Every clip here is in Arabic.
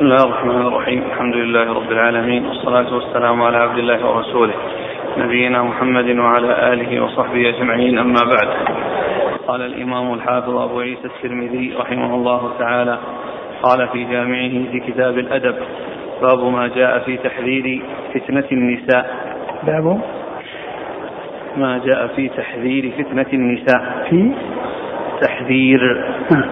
بسم الله الرحمن الرحيم. الحمد لله رب العالمين، والصلاة والسلام على عبد الله ورسوله نبينا محمد وعلى آله وصحبه أجمعين، أما بعد. قال الإمام الحافظ أبو عيسى الترمذي رحمه الله تعالى قال في جامعه في كتاب الأدب: باب ما جاء في تحذير فتنة النساء. باب ما جاء في تحذير فتنة النساء. في تحذير.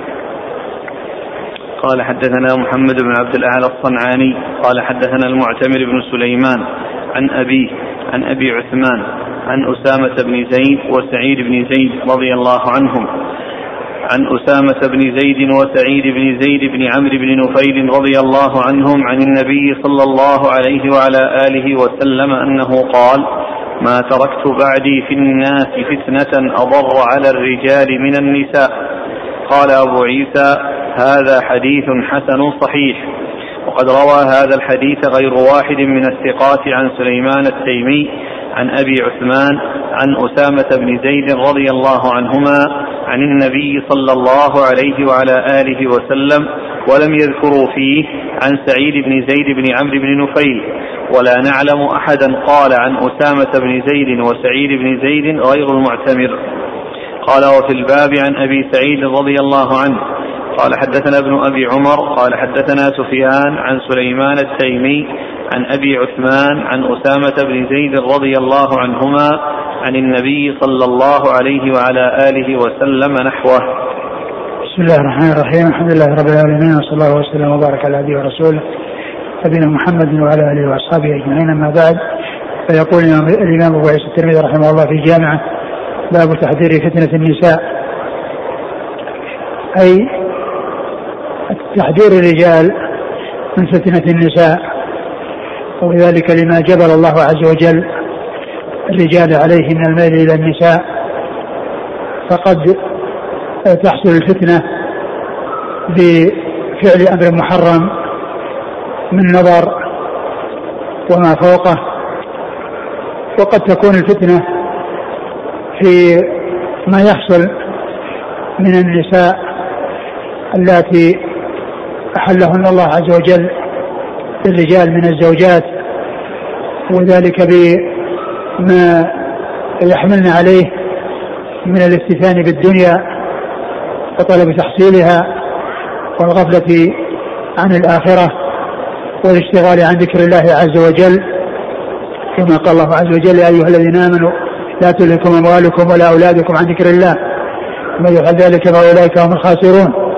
قال حدثنا محمد بن عبد الأعلى الصنعاني قال حدثنا المعتمر بن سليمان عن أبيه عن أبي عثمان عن أسامة بن زيد وسعيد بن زيد رضي الله عنهم، عن أسامة بن زيد وسعيد بن زيد بن عمرو بن نفيل رضي الله عنهم عن النبي صلى الله عليه وعلى آله وسلم أنه قال: ما تركت بعدي في الناس فتنة أضر على الرجال من النساء. قال أبو عيسى: هذا حديث حسن صحيح. وقد روى هذا الحديث غير واحد من الثقات عن سليمان التيمي عن أبي عثمان عن أسامة بن زيد رضي الله عنهما عن النبي صلى الله عليه وعلى آله وسلم، ولم يذكروا فيه عن سعيد بن زيد بن عمرو بن نفيل، ولا نعلم أحدا قال عن أسامة بن زيد وسعيد بن زيد غير المعتمر. قال: وفي الباب عن أبي سعيد رضي الله عنه قال حدثنا ابن أبي عمر قال حدثنا سفيان عن سليمان التيمي عن أبي عثمان عن أسامة بن زيد رضي الله عنهما عن النبي صلى الله عليه وعلى آله وسلم نحوه. بسم الله الرحمن الرحيم. الحمد لله رب العالمين، وصلى الله وسلم وبارك على عبده ورسوله نبينا محمد وعلى آله وأصحابه أجمعين، أما بعد. فيقول الإمام أبو عيسى الترمذي رحمه الله في جامعه: باب تحذير فتنة النساء، أي تحذير الرجال من فتنة النساء، وذلك لما جبل الله عز وجل الرجال عليه من الميل إلى النساء، فقد تحصل الفتنة بفعل أمر محرم من نظر وما فوقه، وقد تكون الفتنة في ما يحصل من النساء التي أحلهن الله عز وجل للرجال من الزوجات، وذلك بما يحملن عليه من الافتتان بالدنيا وطلب تحصيلها والغفلة عن الآخرة والاشتغال عن ذكر الله عز وجل، كما قال الله عز وجل: يا أيها الذين آمنوا لا تلهكم أموالكم ولا أولادكم عن ذكر الله ومن يفعل ذلك فأولئك هم الخاسرون.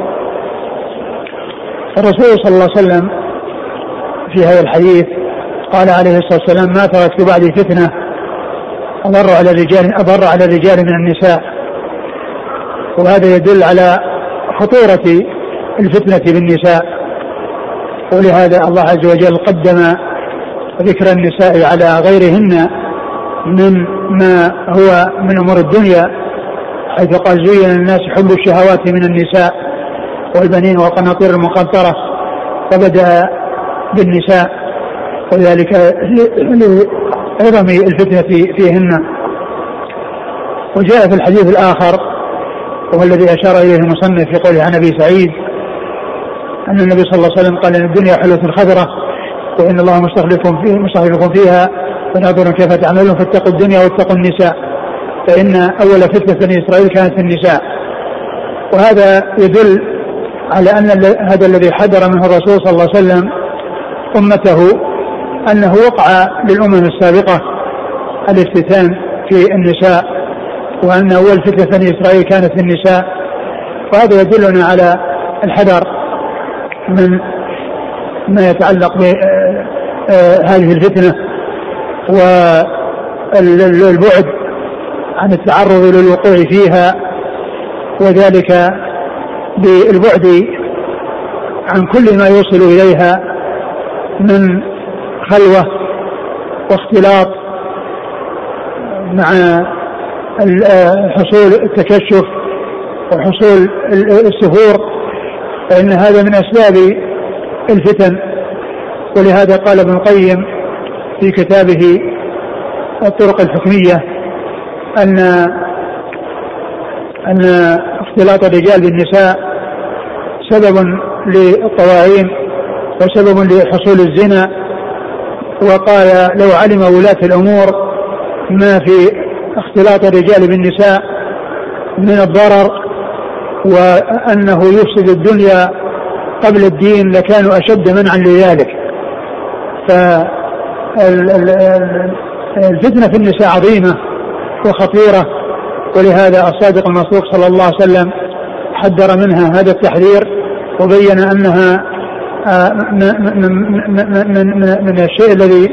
الرسول صلى الله عليه وسلم في هذا الحديث قال عليه الصلاة والسلام: ما تركت بعدي فتنة أضر على الرجال من النساء. وهذا يدل على خطورة الفتنة بالنساء، ولهذا الله عز وجل قدم ذكر النساء على غيرهن من ما هو من أمور الدنيا، حيث قال: زين الناس حب الشهوات من النساء والبنين والقناطير المقنطرة، فبدأ بالنساء، وذلك لعظم الفتنة فيهن. وجاء في الحديث الآخر وهو الذي أشار إليه المصنف في قوله عن أبي سعيد أن النبي صلى الله عليه وسلم قال: إن الدنيا حلوة خضرة وإن الله مستخلفكم فيها فناظر كيف تعملون فاتقوا الدنيا واتقوا النساء فإن أول فتنة بني إسرائيل كانت النساء. وهذا يدل على أن هذا الذي حذر منه الرسول صلى الله عليه وسلم أمته أنه وقع للأمم السابقة الافتتان في النساء، وأن أول فتنة بني إسرائيل كانت النساء. وهذا يدلنا على الحذر من ما يتعلق بهذه الفتنة والبعد عن التعرض للوقوع فيها، وذلك بالبعد عن كل ما يوصل إليها من خلوة واختلاط مع حصول التكشف وحصول السفور، فإن هذا من أسباب الفتن. ولهذا قال ابن القيم في كتابه الطرق الحكمية أن اختلاط الرجال بالنساء سبب للطواعين وسبب لحصول الزنا. وقال لو علم ولاة الأمور ما في اختلاط الرجال بالنساء من الضرر وأنه يفسد الدنيا قبل الدين لكانوا أشد منعا لذلك. فالفتنة في النساء عظيمة وخطيرة، ولهذا الصادق المصدوق صلى الله عليه وسلم حذر منها هذا التحذير، وبين أنها من الشيء الذي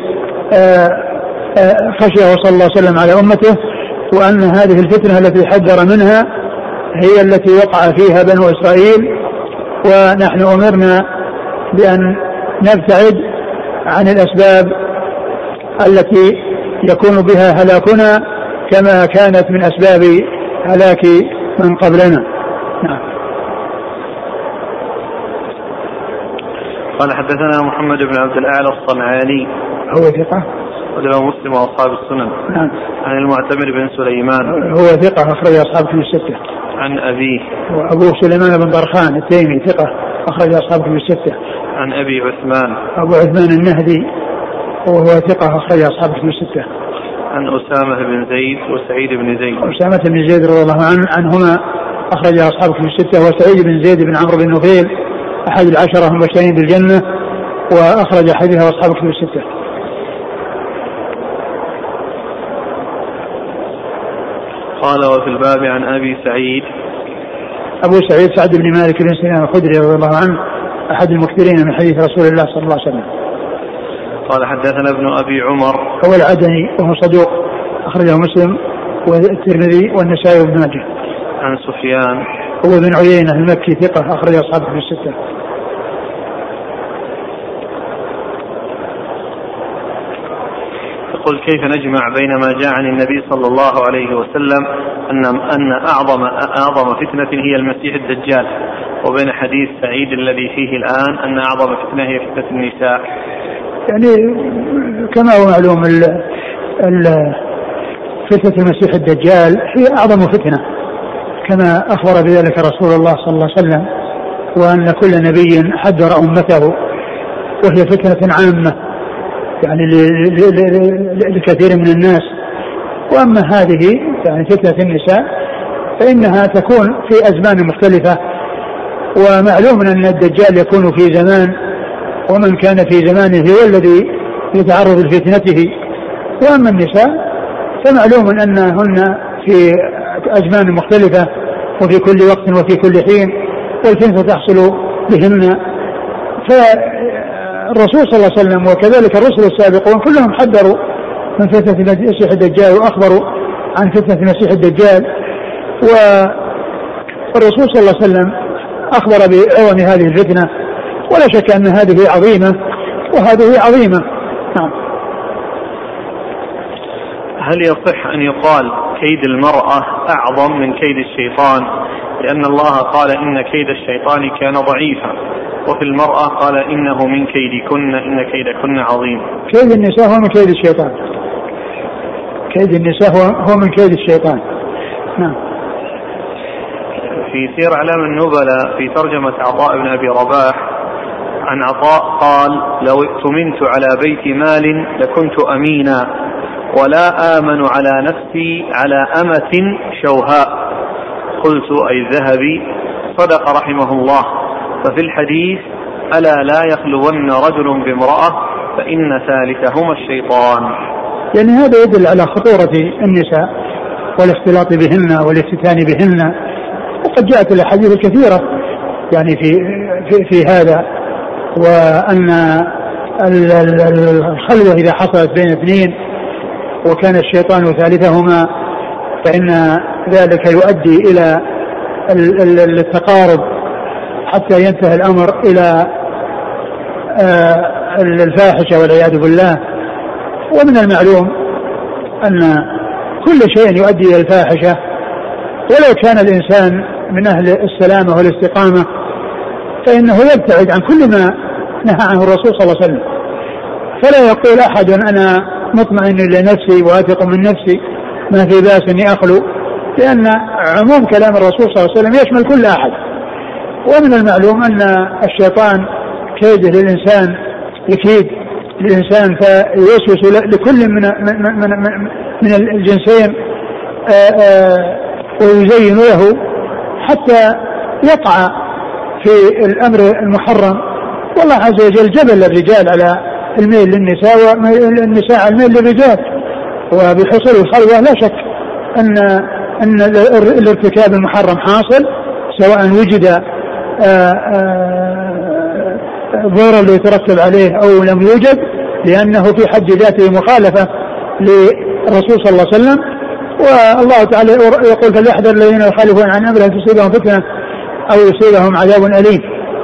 خشيه صلى الله عليه وسلم على أمته، وأن هذه الفتنة التي حذر منها هي التي وقع فيها بنو إسرائيل، ونحن أمرنا بأن نبتعد عن الأسباب التي يكون بها هلاكنا كما كانت من أسباب هلاك من قبلنا. نعم. قال حدثنا محمد بن عبد الأعلى الصنعاني هو ثقة وله مسلم وأصحاب السنن. نعم. عن المعتمر بن سليمان هو ثقة أخرج أصحاب كتب الستة. عن أبيه وأبوه سليمان بن طرخان التيمي ثقة أخرج أصحاب كتب الستة. عن أبي عثمان أبو عثمان النهدي وهو ثقة أخرج أصحاب كتب الستة. عن أسامة بن زيد وسعيد بن زيد. أسامة بن زيد رضي الله عنهما أخرج أصحاب كتب الستة، وسعيد بن زيد بن عمرو بن نفيل أحد العشرة المبشرين بالجنة وأخرج حديثه أصحاب كتب الستة. قال وفي الباب عن أبي سعيد. أبو سعيد سعد بن مالك بن سنان الخدري رضي الله عنه أحد المكثرين من حديث رسول الله صلى الله عليه وسلم. قال حدثنا ابن أبي عمر هو العدني وهو صدوق أخرجه مسلم والترمذي والنسائي وابن ماجه. عن سفيان هو بن عيينة المكي ثقة أخرج أصحابه في الستة. يقول كيف نجمع بين ما جاء عن النبي صلى الله عليه وسلم أن أعظم فتنة هي المسيح الدجال، وبين حديث سعيد الذي فيه الآن أن أعظم فتنة هي فتنة النساء؟ يعني كما هو معلوم فتنة المسيح الدجال هي أعظم فتنة كما أخبر بذلك رسول الله صلى الله عليه وسلم، وأن كل نبي حذر أمته، وهي فتنة عامة يعني لكثير من الناس. وأما هذه يعني فتنة النساء فإنها تكون في أزمان مختلفة، ومعلوم أن الدجال يكون في زمان، ومن كان في زمانه هو الذي يتعرض لفتنته. وأما النساء فمعلوم أنهن في أزمان مختلفة وفي كل وقت وفي كل حين، والفتنة تحصل بهن. فالرسول صلى الله عليه وسلم وكذلك الرسل السابقون كلهم حذروا من فتنة المسيح الدجال وأخبروا عن فتنة المسيح الدجال، والرسول صلى الله عليه وسلم أخبر بعظم هذه الفتنة، ولا شك أن هذه عظيمة وهذه عظيمة. نعم. هل يصح أن يقال كيد المرأة أعظم من كيد الشيطان؟ لأن الله قال إن كيد الشيطان كان ضعيفا، وفي المرأة قال إنه من كيدكن إن كيدكن عظيم. كيد النساء هو من كيد الشيطان. كيد النساء هو من كيد الشيطان. نعم. في سير أعلام النبلاء في ترجمة عطاء بن أبي رباح عن عطاء قال لو ائتمنت على بيت مال لكنت أمينا، ولا آمن على نفسي على أمة شوهاء. قلت أي الذهبي صدق رحمه الله. ففي الحديث ألا لا يخلون رجل بامرأة فإن ثالثهما الشيطان. يعني هذا يدل على خطورة النساء والاختلاط بهن والافتتان بهن، وقد جاءت الأحاديث الكثيرة يعني في هذا، وأن الخلوة إذا حصلت بين اثنين وكان الشيطان ثالثهما فإن ذلك يؤدي إلى التقارب حتى ينتهي الأمر إلى الفاحشة والعياذ بالله. ومن المعلوم أن كل شيء يؤدي إلى الفاحشة، ولو كان الإنسان من أهل السلامة والاستقامة فإنه يبتعد عن كل ما نهى عنه الرسول صلى الله عليه وسلم. فلا يقول أحد أنا مطمئن لنفسي واثق من نفسي ما في باس أني أخلو، لأن عموم كلام الرسول صلى الله عليه وسلم يشمل كل أحد. ومن المعلوم أن الشيطان كيده للإنسان يكيد الإنسان فيوسوس لكل من الجنسين ويزين له حتى يقع في الأمر المحرم. والله عز وجل جبل الرجال على الميل للنساء والنساء على الميل للرجال، وبحصول الخلوة لا شك أن الارتكاب المحرم حاصل سواء وجد ضرر اللي يترتب عليه أو لم يوجد، لأنه في حد ذاته مخالفة للرسول صلى الله عليه وسلم. والله تعالى يقول فليحذر الذين يخالفون عن أمره أن تصيبهم فتنة أو يصيبهم عذاب أليم.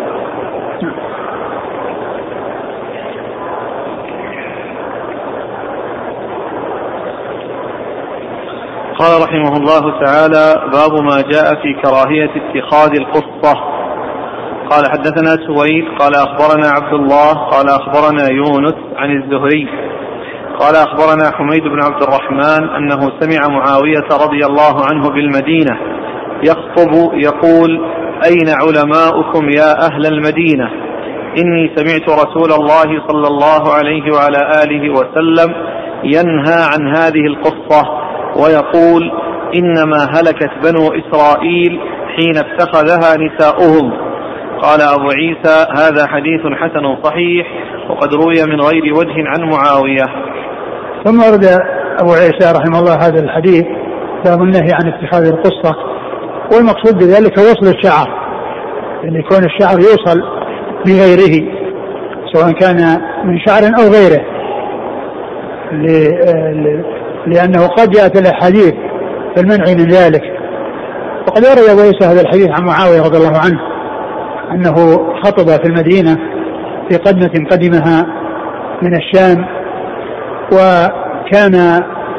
قال رحمه الله تعالى: باب ما جاء في كراهية اتخاذ القصة. قال حدثنا سويد قال أخبرنا عبد الله قال أخبرنا يونس عن الزهري قال أخبرنا حميد بن عبد الرحمن أنه سمع معاوية رضي الله عنه بالمدينة يخطب يقول: أين علماؤكم يا أهل المدينة؟ إني سمعت رسول الله صلى الله عليه وعلى آله وسلم ينهى عن هذه القصة ويقول: إنما هلكت بنو إسرائيل حين اتخذها نساؤهم. قال أبو عيسى: هذا حديث حسن صحيح وقد روي من غير وجه عن معاوية. ثم ورد أبو عيسى رحمه الله هذا الحديث باب النهي عن اتخاذ القصة، والمقصود بذلك وصل الشعر، أن يكون الشعر يوصل بغيره سواء كان من شعر أو غيره، لأنه قد جاءت الأحاديث بالمنع من ذلك. وقد ورد أبو عيسى هذا الحديث عن معاوية رضي الله عنه أنه خطب في المدينة في قدمة قدمها من الشام، وكان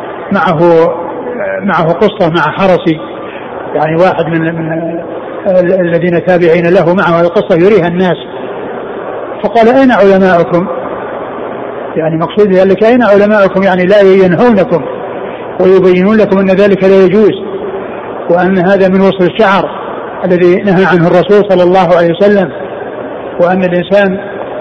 معه قصة مع حرسي، يعني واحد من الذين تابعين له معه القصة يريها الناس، فقال: أين علماؤكم؟ يعني مقصود ذلك أين علماؤكم، يعني لا ينهونكم ويبينون لكم أن ذلك لا يجوز، وأن هذا من وصل الشعر الذي نهى عنه الرسول صلى الله عليه وسلم، وأن الإنسان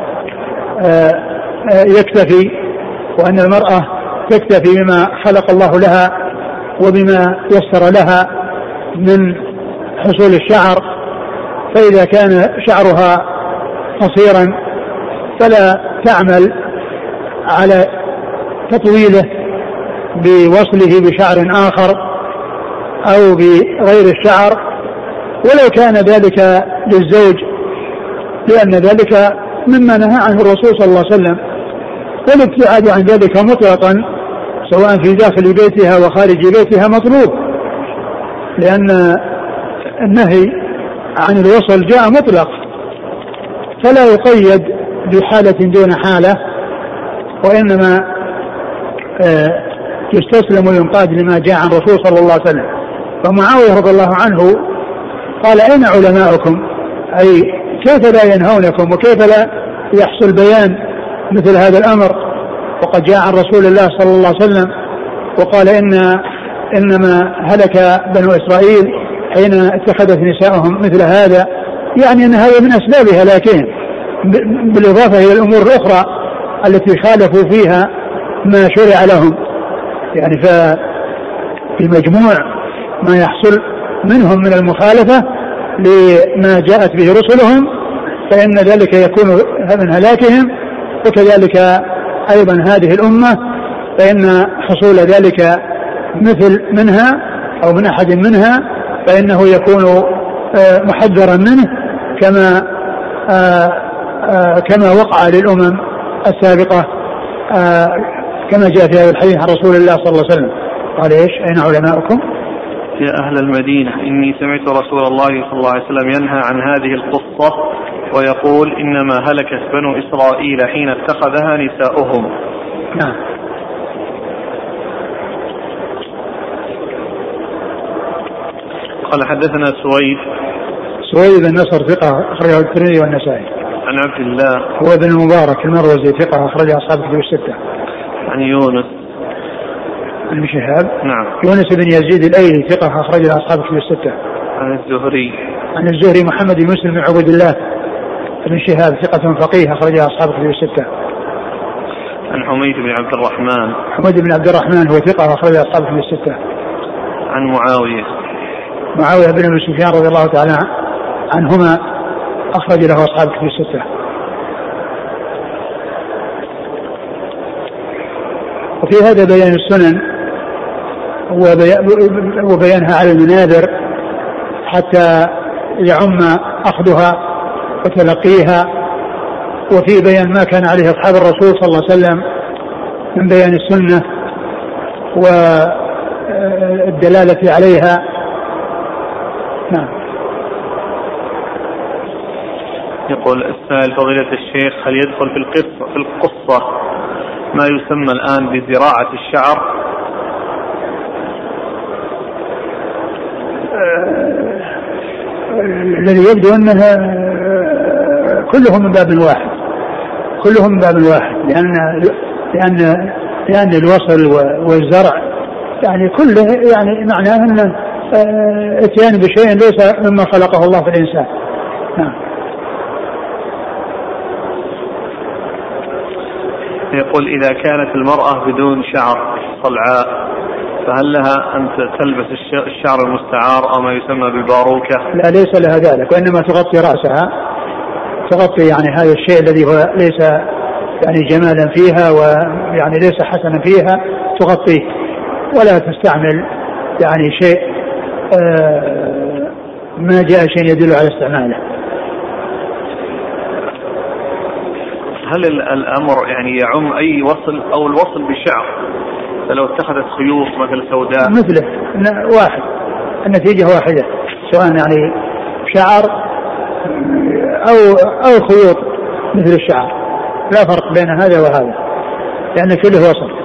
يكتفي، وأن المرأة تكتفي بما خلق الله لها وبما يسر لها من حصول الشعر، فإذا كان شعرها قصيرا فلا تعمل على تطويله بوصله بشعر آخر أو بغير الشعر، ولو كان ذلك للزوج، لأن ذلك مما نهى عنه الرسول صلى الله عليه وسلم. والابتعاد عن ذلك مطلقا سواء في داخل بيتها وخارج بيتها مطلوب، لأن النهي عن الوصل جاء مطلق فلا يقيد بحالة دون حالة، وإنما يستسلم وينقاد لما جاء عن الرسول صلى الله عليه وسلم. فمعاوية رضي الله عنه قال: أين علماؤكم؟ أي كيف لا ينهونكم وكيف لا يحصل بيان مثل هذا الأمر؟ وقد جاء عن رسول الله صلى الله عليه وسلم وقال: إنما هلك بنو إسرائيل حين اتخذت نساءهم مثل هذا، يعني أن هذا من أسباب هلاكهم، بالإضافة إلى الأمور الأخرى التي خالفوا فيها ما شرع لهم. يعني في مجموع ما يحصل منهم من المخالفة لما جاءت به رسلهم فإن ذلك يكون من هلاكهم، وكذلك أيضا هذه الأمة فإن حصول ذلك مثل منها أو من أحد منها فإنه يكون محذرا منه كما وقع للأمم السابقة، كما جاء في هذا الحديث عن رسول الله صلى الله عليه وسلم. قال: إيش؟ أين علماؤكم؟ يا أهل المدينة إني سمعت رسول الله صلى الله عليه وسلم ينهى عن هذه القصة ويقول: إنما هلكت بنو إسرائيل حين اتخذها نساؤهم. نعم. قال حدثنا سويد بن نصر ثقة أخرجه الترمذي والنسائي. عن عبد الله هو بن المبارك المروزي ثقة أخرجه أصحاب الكتب الستة. عن يونس بن شهاب. نعم. يونس بن يزيد الأيلي ثقة أخرجه أصحاب الكتب الستة. عن الزهري محمد بن مسلم بن عبد الله ابن شهاب ثقة فقيه أخرجها أصحاب الكتب الستة. عن حميد بن عبد الرحمن. حميد بن عبد الرحمن هو ثقة أخرجها أصحاب الكتب الستة. عن معاوية بن أبي سفيان رضي الله تعالى عنهما أخرج له أصحاب الكتب الستة. وفي هذا بيان السنن وبيانها على المنابر حتى يعم أخذها وتلقيها، وفي بيان ما كان عليه أصحاب الرسول صلى الله عليه وسلم من بيان السنة والدلالة عليها. نعم. يقول السائل فضيلة الشيخ هل يدخل في القصة ما يسمى الآن بزراعة الشعر؟ الذي يبدو أنها كلهم من باب واحد لأن الوصل والزرع يعني كله يعني معناه أن اتيان بشيء ليس مما خلقه الله في الإنسان. نعم. يقول إذا كانت المرأة بدون شعر صلعاء فهل لها أن تلبس الشعر المستعار أو ما يسمى بالباروكة؟ لا، ليس لها ذلك، وإنما تغطي رأسها، تغطي يعني هذا الشيء الذي هو ليس يعني جمالا فيها ويعني ليس حسنا فيها تغطيه، ولا تستعمل يعني شيء ما جاء شيء يدل على استعماله. هل الأمر يعني يعم أي وصل أو الوصل بشعر فلو اتخذت خيوط مثل سوداء؟ مثله واحد، النتيجة واحدة، سواء يعني شعر أو خيوط مثل الشعر، لا فرق بين هذا وهذا لأن كله وصل.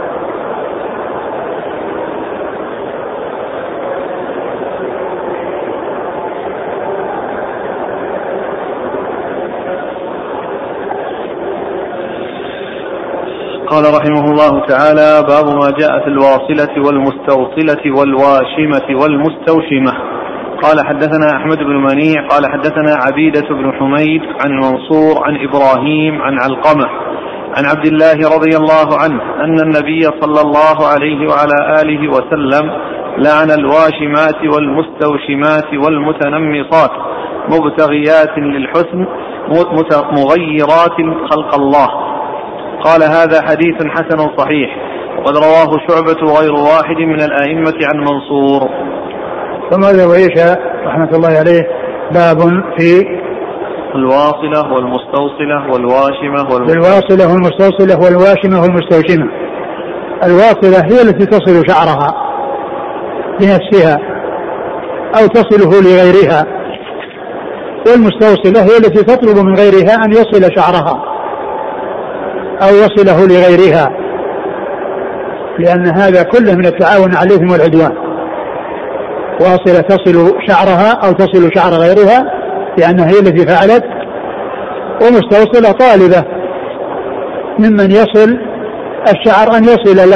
قال رحمه الله تعالى: باب ما جاء في الواصلة والمستوصلة والواشمة والمستوشمة. قال حدثنا أحمد بن منيع قال حدثنا عبيدة بن حميد عن منصور عن إبراهيم عن علقمة عن عبد الله رضي الله عنه أن النبي صلى الله عليه وعلى آله وسلم لعن الواشمات والمستوشمات والمتنمصات مبتغيات للحسن مغيرات خلق الله. قال: هذا حديث حسن صحيح، وقد رواه شعبة وغير واحد من الأئمة عن منصور. ثم هذا وعيشة رحمة الله عليه باب في الواصلة والمستوصلة والواشمة الواصلة والمستوصلة والواشمة والمستوشمة. الواصلة هي التي تصل شعرها لنفسها أو تصله لغيرها، والمستوصلة هي التي تطلب من غيرها أن يصل شعرها أو يصله لغيرها، لأن هذا كله من التعاون على الإثم والعدوان. واصلة تصل شعرها أو تصل شعر غيرها لأنها هي التي فعلت، ومستوصلة طالبة ممن يصل الشعر أن يصل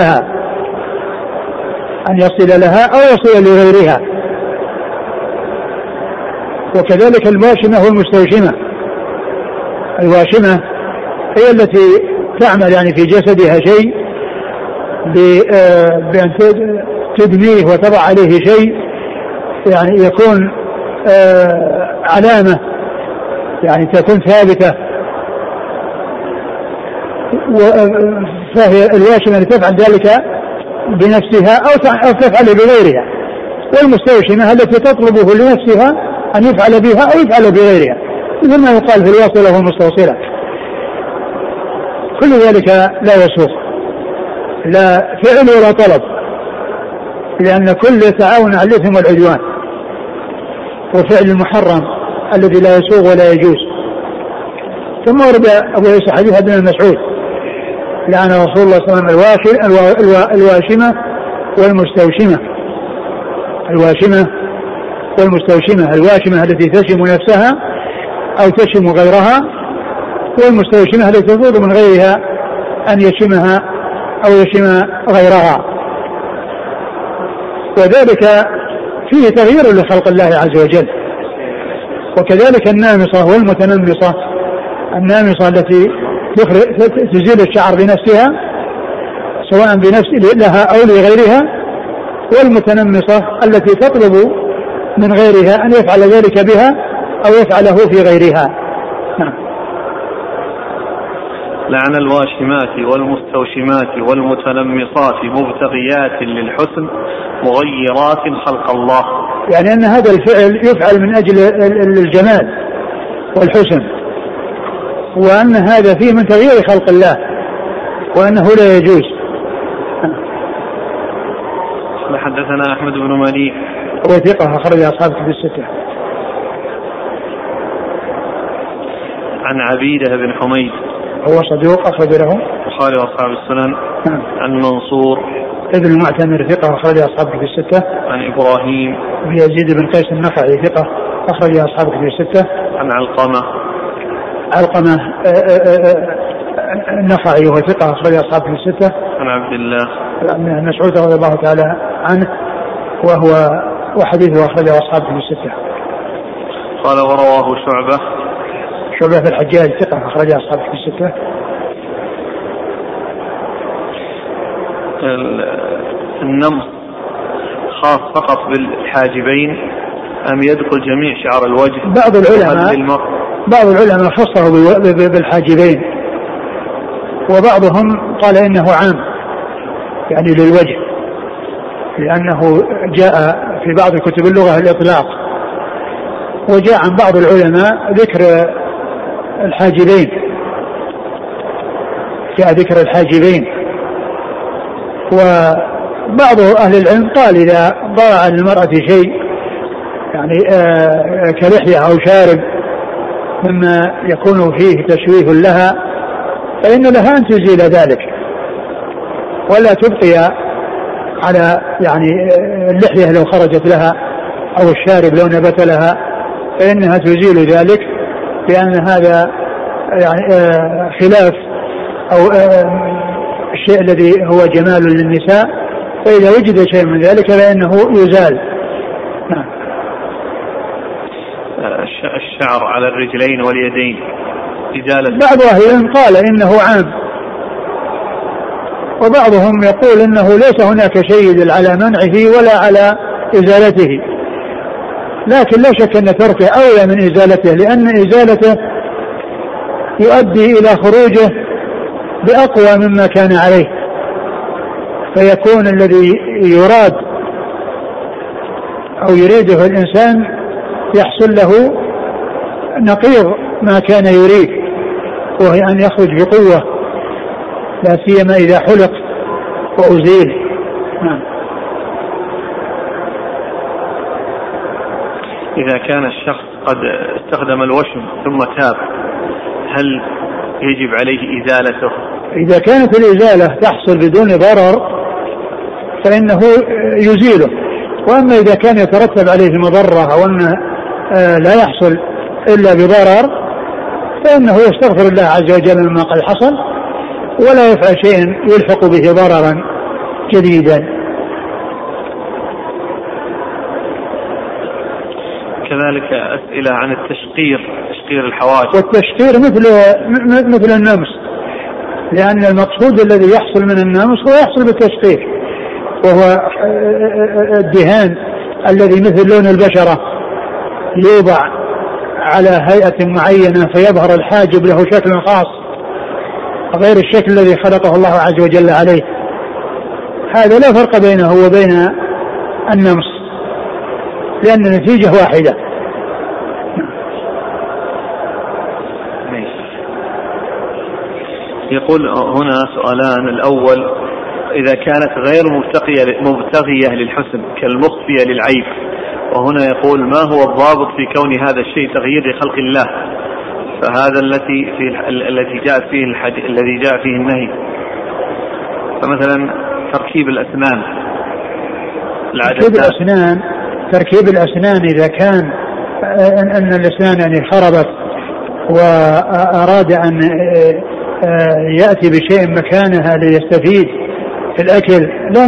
لها أو يصل لغيرها. وكذلك الواشمة والمستوشمة. الواشمة هي التي تعمل يعني في جسدها شيء بأن تدميه وتضع عليه شيء يعني يكون علامة يعني تكون ثابتة، فهي الواشمة التي تفعل ذلك بنفسها أو تفعل بغيرها، والمستوشمة التي تطلبه لنفسها أن يفعل بها أو يفعل بغيرها، مثل ما يقال في الواصلة والمستوصلة. كل ذلك لا يسوق، لا فعل ولا طلب، لأن كل تعاون على الإثم والعدوان وفعل المحرم الذي لا يسوق ولا يجوز. ثم ورد أبو عيسى حديث ابن مسعود لعن رسول الله صلى الله عليه وسلم الواشمة والمستوشمة. الواشمة التي تشم نفسها أو تشم غيرها، والمستوشمة التي تطلب من غيرها أن يشمها أو يشم غيرها، وذلك فيه تغيير لخلق الله عز وجل. وكذلك النامصة والمتنمصة النامصة التي تزيل الشعر بنفسها سواء بنفس لها أو لغيرها، والمتنمصة التي تطلب من غيرها أن يفعل ذلك بها أو يفعله في غيرها. نعم. لعن الواشمات والمستوشمات والمتنمصات مبتغيات للحسن مغيرات خلق الله، يعني أن هذا الفعل يفعل من أجل الجمال والحسن، وأن هذا فيه من تغيير خلق الله، وأنه لا يجوز. حدثنا أحمد بن مليح هو ثقة أخرج أصحاب كتب الستة. عن عبيدة بن حميد هو صدوق أخرج له البخاري وأصحاب السنن. عن منصور ابن المعتمر ثقة أخرج أصحاب كتب الستة. عن إبراهيم بن يزيد بن قيس النخعي ثقة أخرج أصحاب كتب الستة. عن علقمة النخعي وهو ثقة أخرج أصحاب كتب الستة. عن عبد الله بن مسعود رضي الله تعالى عنه وحديثه أخرجه أصحاب كتب الستة. قال ورواه شعبة في الحجاج ثقة أخرجه أصحاب كتب الستة. النمص خاص فقط بالحاجبين أم يدخل جميع شعر الوجه؟ بعض العلماء خصه بالحاجبين، وبعضهم قال إنه عام يعني للوجه، لأنه جاء في بعض كتب اللغة الإطلاق، وجاء عن بعض العلماء ذكر الحاجبين، جاء ذكر الحاجبين. وبعض أهل العلم قال إذا ضاع للمرأة شيء يعني كلحية أو شارب مما يكون فيه تشويه لها فإن لها أن تزيل ذلك، ولا تبقي على يعني اللحية لو خرجت لها أو الشارب لو نبت لها فإنها تزيل ذلك، لأن هذا يعني خلاف أو الشيء الذي هو جمال للنساء، فإذا وجد شيء من ذلك فإنه يزال. نعم. الشعر على الرجلين واليدين إزالة، بعض أهل العلم قال إنه عام، وبعضهم يقول إنه ليس هناك شيء يدل على منعه ولا على إزالته، لكن لا شك أن تركه أولى من إزالته، لأن إزالته يؤدي إلى خروجه بأقوى مما كان عليه، فيكون الذي يراد أو يريده الإنسان يحصل له نقيض ما كان يريد، وهي أن يخرج بقوة، لا سيما إذا حلق وأزيل. نعم. إذا كان الشخص قد استخدم الوشم ثم تاب هل يجب عليه إزالته؟ إذا كانت الإزالة تحصل بدون ضرر فإنه يزيله، وأما إذا كان يترتب عليه مضرة أو أنه لا يحصل إلا بضرر فإنه يستغفر الله عز وجل مما قد حصل ولا يفعل شيء يلحق به ضررا جديدا. كذلك أسئلة عن تشقير الحواجب. والتشقير مثل النمس، لأن المقصود الذي يحصل من النمس هو يحصل بالتشقير، وهو الدهان الذي مثل لون البشرة يوضع على هيئة معينة فيظهر الحاجب له شكل خاص غير الشكل الذي خلقه الله عز وجل عليه. هذا لا فرق بينه وبين النمس لأن النتيجة واحدة. يقول هنا سؤالان، الأول إذا كانت غير مبتغية للحسن كالمخفية للعيب، وهنا يقول ما هو الضابط في كون هذا الشيء تغيير لخلق الله؟ فهذا الذي جاء فيه النهي، فمثلا تركيب الأسنان تركيب الأسنان إذا كان أن الأسنان يعني خربت وأراد أن يأتي بشيء مكانها ليستفيد في الأكل لا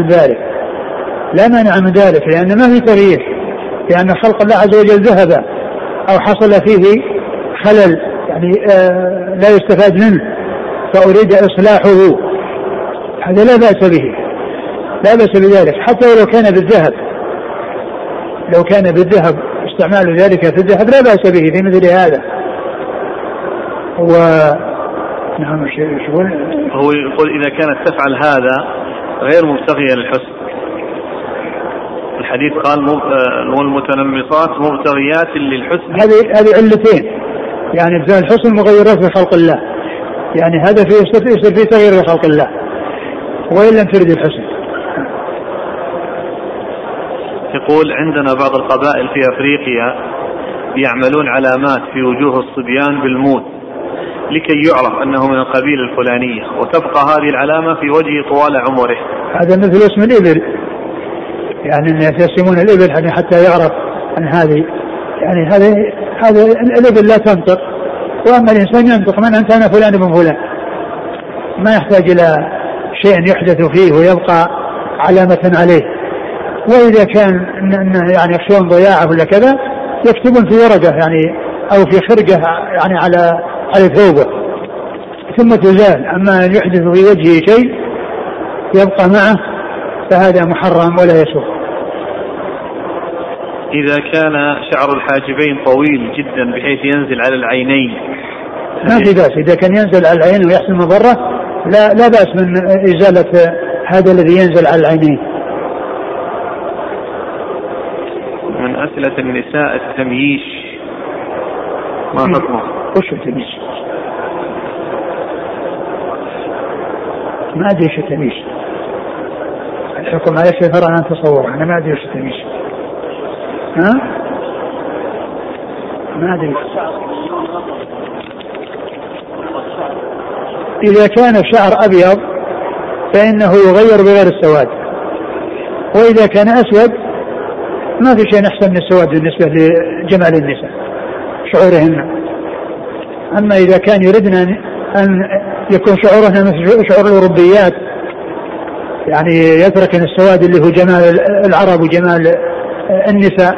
مانع من ذلك لأن ما في تغيير، لأن خلق الله عز وجل ذهب أو حصل فيه خلل، يعني يعني لا يستفاد منه فأريد إصلاحه، هذا لا بأس به، لا بأس بذلك، حتى لو كان بالذهب، لو كان بالذهب استعمال ذلك في الذهب لا بأس به في مثل هذا. نعم. هو يقول إذا كانت تفعل هذا غير مبتغية للحسن، الحديث قال والمتنمصات مبتغيات للحسن، هذه علتين، يعني ابتغاء الحسن مغيرات لخلق الله، يعني هذا يصير فيه تغيير لخلق الله وإن لم ترد الحسن. يقول عندنا بعض القبائل في أفريقيا يعملون علامات في وجوه الصبيان بالموت لكي يعرف أنه من القبيلة الفلانية، وتبقى هذه العلامة في وجهه طوال عمره. هذا مثل اسم الإبل، يعني يرسمون الإبل حتى يعرف أن هذه، يعني هذا الإبل لا تنطق، وأما الإنسان ينطق، من أنت؟ أنا فلان ابن فلان، ما يحتاج إلى شيء يحدث فيه ويبقى علامة عليه. وإذا كان يعني يخشون ضياعه ولا كذا يكتبون في ورقة يعني أو في خرقة يعني على ثوبه ثم تزال. أما أن يحدث في وجهه شيء يبقى معه فهذا محرم ولا يسوق. إذا كان شعر الحاجبين طويل جدا بحيث ينزل على العينين ما في بأس، إذا كان ينزل على العين ويحصل مضرة لا بأس من إزالة هذا الذي ينزل على العينين. من أسئلة النساء التمييش، ما حكمه؟ وش التمييش؟ ما أدري وش التمييش، الحكم على شيء فرع عن تصور، أنا ما أدري وش التمييش. ما أدري. إذا كان الشعر أبيض فإنه يغير بغير السواد، وإذا كان أسود ما في شيء أحسن من السواد بالنسبة لجمال النساء شعورهن. أما إذا كان يردنا أن يكون شعورهن مثل شعور الأوروبيات، يعني يترك السواد اللي هو جمال العرب وجمال النساء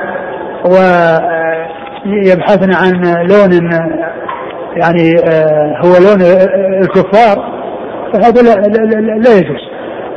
ويبحثن عن لون يعني هو لون الكفار، فهذا لا يجوز.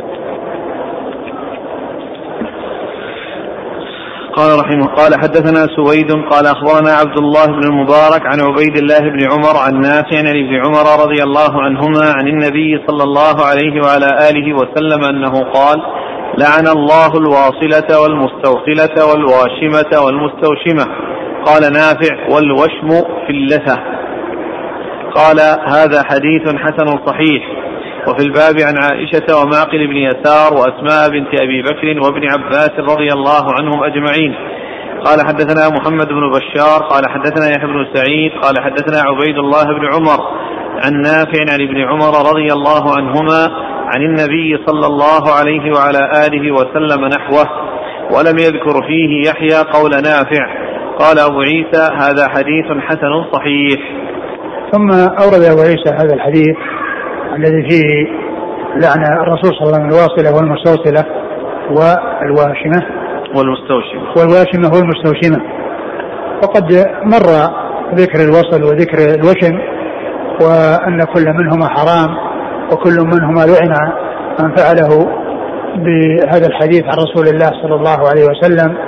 قال رحمه قال حدثنا سويد قال أخبرنا عبد الله بن المبارك عن عبيد الله بن عمر عن نافع عن ابن عمر رضي الله عنهما عن النبي صلى الله عليه وعلى آله وسلم أنه قال: لعن الله الواصلة والمستوصلة والواشمة والمستوشمة. قال نافع: والوشم في اللثة. قال: هذا حديث حسن صحيح. وفي الباب عن عائشة ومعقل بن يسار وأسماء بنت أبي بكر وابن عباس رضي الله عنهم أجمعين. قال حدثنا محمد بن بشار قال حدثنا يحيى بن سعيد قال حدثنا عبيد الله بن عمر عن نافع عن ابن عمر رضي الله عنهما عن النبي صلى الله عليه وعلى آله وسلم نحوه، ولم يذكر فيه يحيى قول نافع. قال أبو عيسى: هذا حديث حسن صحيح. ثم أورد أبو عيسى هذا الحديث الذي فيه لعن الرسول صلى الله عليه وسلم الواصلة والمستوصلة والواشمة والمستوشمة. وقد مر ذكر الوصل وذكر الوشم، وأن كل منهما حرام وكل منهما لعن من فعله بهذا الحديث عن رسول الله صلى الله عليه وسلم.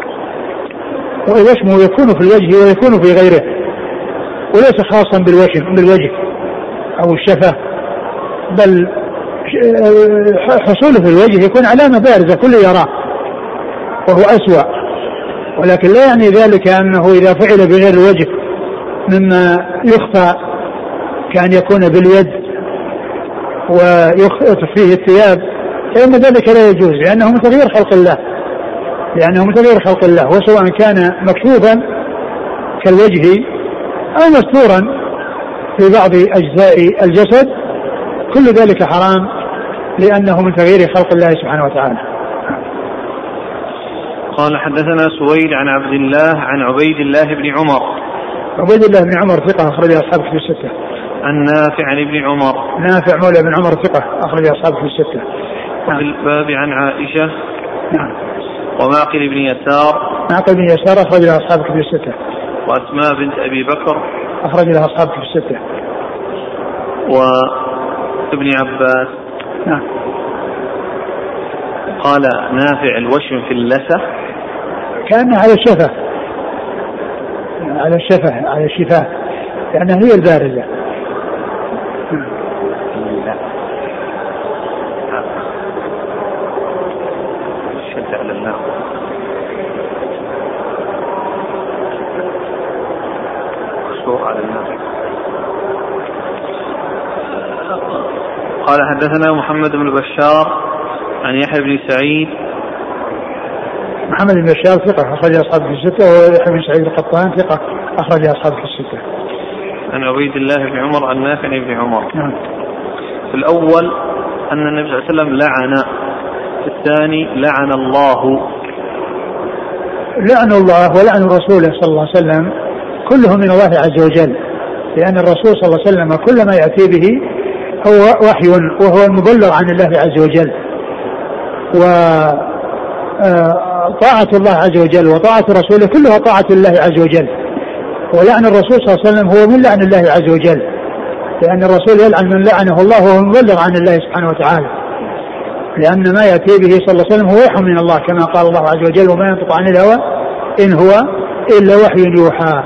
والوشم يكون في الوجه ويكون في غيره، وليس خاصا بالوجه أو الشفة، بل حصوله في الوجه يكون علامة بارزة كل يراه وهو أسوأ، ولكن لا يعني ذلك أنه إذا فعل بغير الوجه مما يخفى كأن يكون باليد ويخفى فيه الثياب فإن ذلك لا يجوز، لأنه من تغيير خلق الله، وسواء كان مكشوفا كالوجه أو مستورا في بعض أجزاء الجسد، كل ذلك حرام لأنه من تغيير خلق الله سبحانه وتعالى. قال حدثنا سويد عن عبد الله عن عبيد الله بن عمر. عبيد الله بن عمر ثقة أخرج أصحاب في الستة. عن نافع عن ابن عمر. نافع مولى بن عمر ثقة أخرج أصحاب في الستة. وفي الباب عن عائشة. نعم. ومعقل بن يسار. معقل بن يسار أخرج أصحاب في الستة. وأسماء بنت أبي بكر. أخرج له أصحاب في الستة. وابن عباس نعم. قال نافع الوشم في اللثة كأنه على الشفة، على الشفة، على الشفاه، لأنها هي البارزة. شد على الله. على الناس. قال حدثنا محمد بن بشار عن يحيى بن سعيد. محمد بن بشار ثقة أخرج أصحاب في الستة، ويحيى بن سعيد القطان ثقة أخرج أصحاب في الستة. عن عبيد الله بن عمر عن نافع بن عمر. نعم. في الأول أن النبي صلى الله عليه وسلم لعن، في الثاني لعن الله. لعن الله ولعن رسوله صلى الله عليه وسلم كله من الله عز وجل، لأن الرسول صلى الله عليه وسلم كل ما يأتي به هو وحي وهو المبلغ عن الله عز وجل، وطاعة الله عز وجل وطاعة رسوله كلها طاعة الله عز وجل. ولعن الرسول صلى الله عليه وسلم هو من لعن الله عز وجل، لأن الرسول يلعن من لعنه الله وهو مبلغ عن الله سبحانه وتعالى، لأن ما يأتي به صلى الله عليه وسلم هو وحي من الله، كما قال الله عز وجل وما ينطق عن الهوى إن هو إلا وحي يوحى.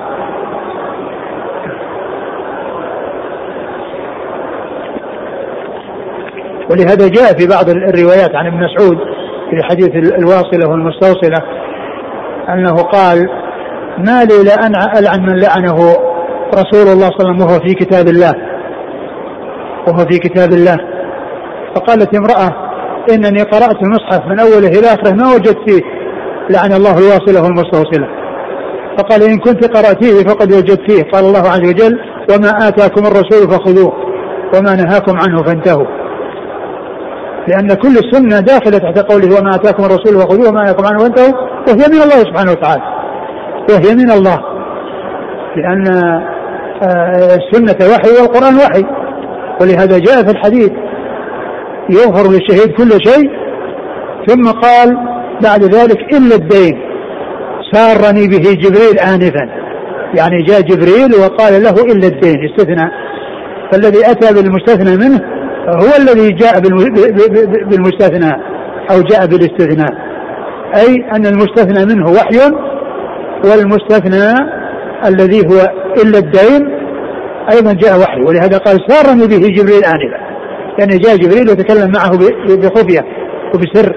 ولهذا جاء في بعض الروايات عن ابن مسعود في حديث الواصلة والمستوصلة أنه قال ما لي لا ألعن من لعنه رسول الله صلى الله عليه وسلم وهو في كتاب الله، وهو في كتاب الله. فقالت امرأة إنني قرأت المصحف من أوله إلى آخره ما وجدت فيه لعن الله الواصلة والمستوصلة. فقال إن كنت قرأتيه فقد وجدت فيه قال الله عز وجل وما آتاكم الرسول فخذوه وما نهاكم عنه فانتهوا، لأن كل السنة داخلة تحت قوله وما آتاكم الرسول فخذوه وما نهاكم عنه فانتهوا، وهي من الله سبحانه وتعالى، وهي من الله، لأن السنة وحي والقرآن وحي. ولهذا جاء في الحديث يغفر للشهيد كل شيء، ثم قال بعد ذلك إلا الدين سارني به جبريل آنفا، يعني جاء جبريل وقال له إلا الدين استثناء، فالذي أتى بالمستثنى منه هو الذي جاء بالمستثنى أو جاء بالاستثناء، أي أن المستثنى منه وحي، والمستثنى الذي هو إلا الدين أيضا جاء وحي. ولهذا قال سارني به جبريل آنفا، يعني جاء جبريل وتكلم معه بخفية وبسر.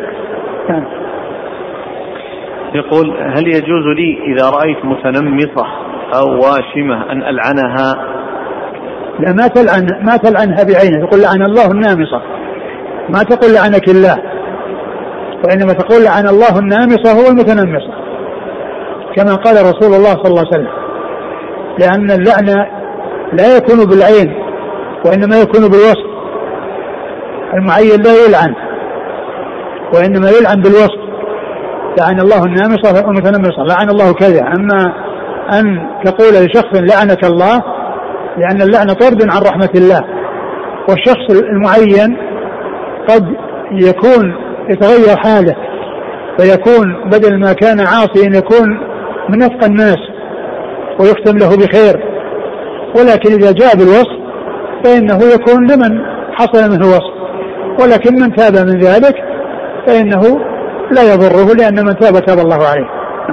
يقول هل يجوز لي إذا رأيت متنمصة أو واشمة أن ألعنها؟ لا، ما تلعنها بعينه، تقول لعن الله النامصة، ما تقول لعنك الله، وإنما تقول لعن الله النامصة هو المتنمصة، كما قال رسول الله صلى الله عليه وسلم، لأن اللعن لا يكون بالعين وإنما يكون بالوصف. المعين لا يلعن وإنما يلعن بالوصف، لعن الله النامصة والمتنمصة، لعن الله كذا. أما أن تقول لشخص لعنك الله، لأن اللعن طرد عن رحمة الله، والشخص المعين قد يكون يتغير حاله فيكون بدل ما كان عاصيا يكون من أتقى الناس ويختم له بخير، ولكن إذا جاء بالوصف فإنه يكون لمن حصل منه وصف، ولكن من تاب من ذلك فإنه لا يضره، لأن من تاب تاب الله عليه.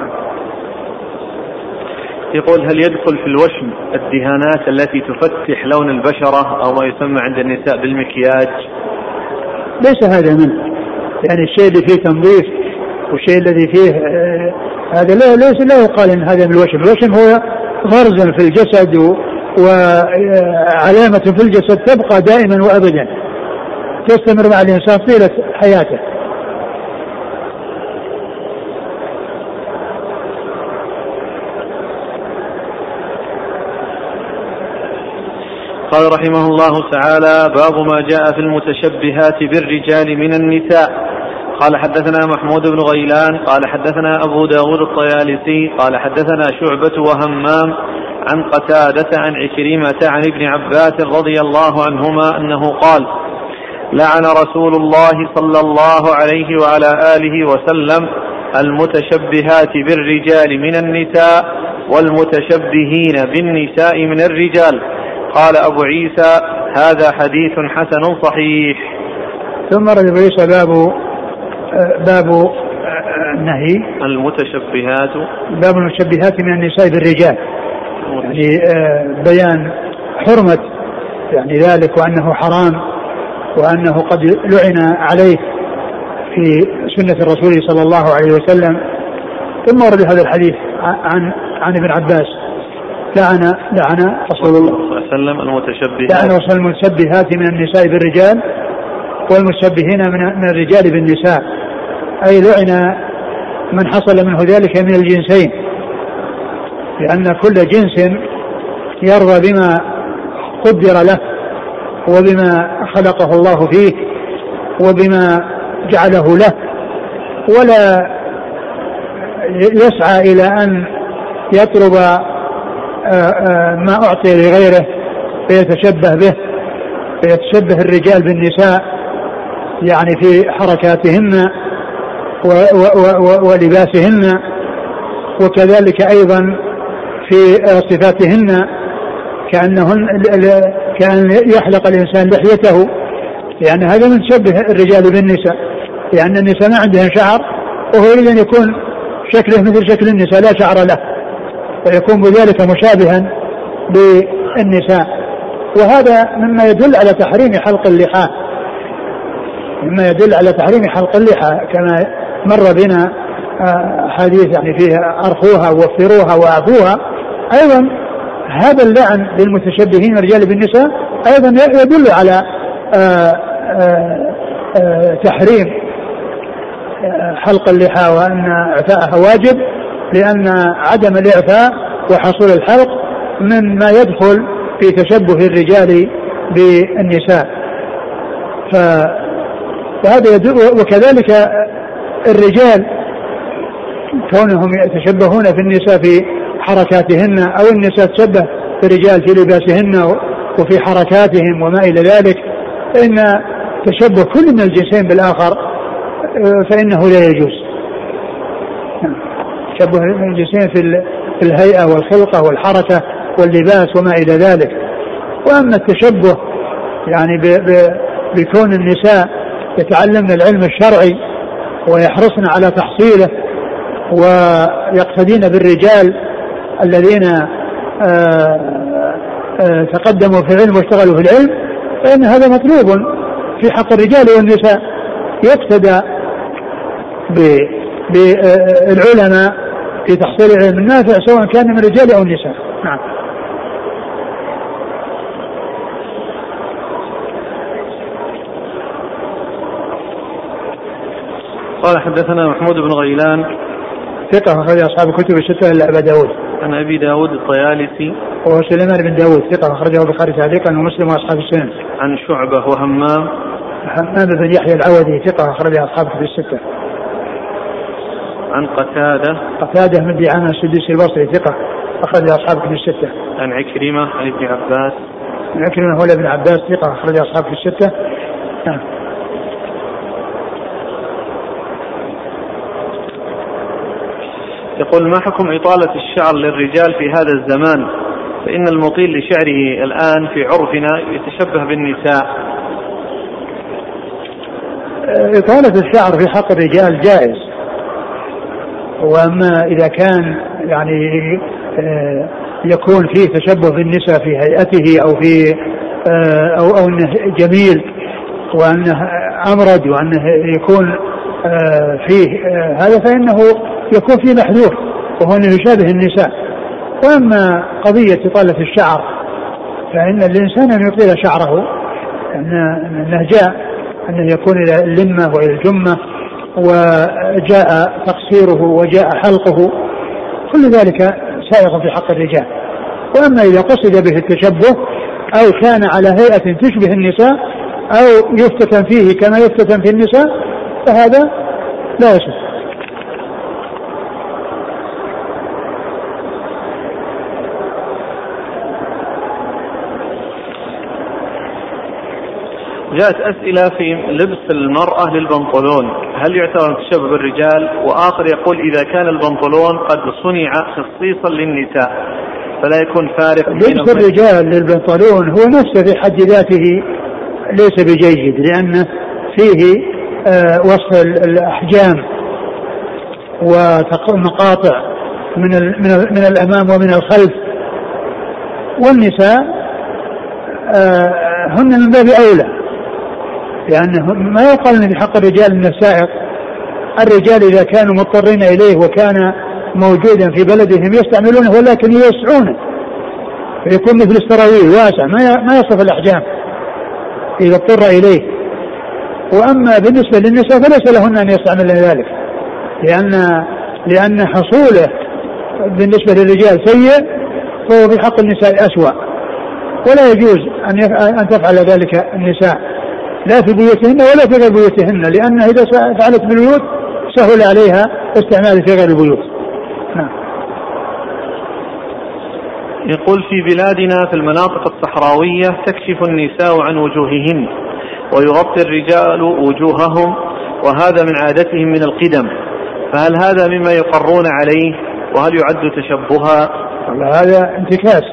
يقول هل يدخل في الوشم الدهانات التي تفتح لون البشرة أو ما يسمى عند النساء بالمكياج؟ ليس هذا منه، يعني الشيء اللي فيه تنظيف والشيء الذي فيه هذا لا يقال إن هذا من الوشم. الوشم هو غرز في الجسد وعلامة في الجسد تبقى دائما وأبدا، تستمر مع الإنسان طيلة حياته. قال رحمه الله تعالى باب ما جاء في المتشبهات بالرجال من النساء. قال حدثنا محمود بن غيلان قال حدثنا أبو داود الطيالسي قال حدثنا شعبة وهمام عن قتادة عن عكرمة عن ابن عباس رضي الله عنهما أنه قال لعن رسول الله صلى الله عليه وعلى آله وسلم المتشبهات بالرجال من النساء والمتشبهين بالنساء من الرجال. قال أبو عيسى هذا حديث حسن صحيح. ثم رد أبو عيسى باب النهي باب المتشبهات من النساء بالرجال، يعني بيان حرمة يعني ذلك وأنه حرام وأنه قد لعن عليه في سنة الرسول صلى الله عليه وسلم. ثم ورد هذا الحديث عن ابن عباس لعن رسول الله صلى الله عليه وسلم المتشبهات من النساء بالرجال والمتشبهين من الرجال بالنساء، أي لعن من حصل منه ذلك من الجنسين، لأن كل جنس يرضى بما قدر له وبما خلقه الله فيه وبما جعله له، ولا يسعى إلى أن يطلب ما أعطي لغيره فيتشبه به، فيتشبه الرجال بالنساء يعني في حركاتهن ولباسهن، وكذلك أيضا في صفاتهن، كأن يحلق الإنسان لحيته، يعني هذا من تشبه الرجال بالنساء، لأن النساء ما عندهن شعر وهو يريد أن يكون شكله مثل شكل النساء لا شعر له، فيكون بذلك مشابها بالنساء. وهذا مما يدل على تحريم حلق اللحى، كما مر بنا حديث يعني فيها أرخوها ووفروها وأعفوها. أيضا هذا اللعن للمتشبهين الرجال بالنساء أيضا يدل على تحريم حلق اللحى وأن إعفاءها واجب، لأن عدم الإعفاء وحصول الحلق مما يدخل في تشبه الرجال بالنساء. فهذا يدل. وكذلك الرجال كونهم يتشبهون في النساء في حركاتهن، أو النساء تشبه الرجال في لباسهن وفي حركاتهم وما إلى ذلك، فإن تشبه كل من الجنسين بالآخر فإنه لا يجوز. تشبه الجنسين في الهيئة والخلقة والحركة واللباس وما إلى ذلك. وأما التشبه يعني بكون النساء يتعلمن العلم الشرعي ويحرصن على تحصيله ويقتدين بالرجال الذين تقدموا في العلم واشتغلوا في العلم، فإن هذا مطلوب في حق الرجال والنساء، يقتدى بالعلماء في تحصيل العلم النافع سواء كان من الرجال أو النساء. نعم. قال حدثنا محمود بن غيلان ثقة أخرج أصحاب الكتب الستة إلا أبا داود. عن أبي داود الطيالسي وهو سليمان بن داود ثقة أخرجه البخاري تعليقا ومسلم وأصحاب السنن. عن شعبة وهمام بن يحيى العودي ثقة أخرج أصحاب الكتب الستة. عن قتادة من دعامة السدوسي البصري ثقة أخرج أصحاب الكتب الستة. عن عكرمة عن ابن عباس. عكرمة هو ابن عباس ثقة أخرج أصحاب الكتب الستة. نعم. يقول ما حكم إطالة الشعر للرجال في هذا الزمان، فإن المطيل لشعره الآن في عرفنا يتشبه بالنساء. إطالة الشعر في حق الرجال جائز، وأما إذا كان يعني يكون فيه تشبه بالنساء في هيئته أو في أو أنه جميل وأنه أمرد وأنه يكون فيه هذا، فإنه يكون فيه محذور وهو أنه يشابه النساء. وأما قضية إطالة الشعر فإن الإنسان أن يطيل شعره، أنه جاء أنه يكون إلى اللمة وإلى الجمة وجاء تقصيره وجاء حلقه، كل ذلك سائغ في حق الرجال. وأما إذا قصد به التشبه أو كان على هيئة تشبه النساء أو يفتتن فيه كما يفتتن في النساء فهذا لا يصح. جاءت أسئلة في لبس المرأة للبنطلون، هل يعتبر تشبه بالرجال؟ وآخر يقول إذا كان البنطلون قد صنع خصيصا للنساء فلا يكون فارق. لبس الرجال للبنطلون هو نفسه في حد ذاته ليس بجيد، لأنه فيه وصف الأحجام ومقاطع من الأمام ومن الخلف، والنساء هن من باب أولى، لأنه ما يقال في حق الرجال من السائق. الرجال إذا كانوا مضطرين إليه وكان موجودا في بلدهم يستعملونه ولكن يوسعونه، فيكون مثل السراويل واسع ما يصف الأحجام إذا اضطر إليه. وأما بالنسبة للنساء فليس لهن أن يستعملن ذلك، لأن حصوله بالنسبة للرجال سيء، فهو في حق النساء أسوأ، ولا يجوز أن تفعل ذلك النساء لا في بيوتهن ولا في غير بيوتهن، لأنها إذا فعلت بالبيوت سهل عليها استعمال في غير البيوت. نعم. يقول في بلادنا في المناطق الصحراوية تكشف النساء عن وجوههن ويغطي الرجال وجوههم، وهذا من عادتهم من القدم، فهل هذا مما يقرون عليه وهل يعد تشبها؟ هذا انتكاس،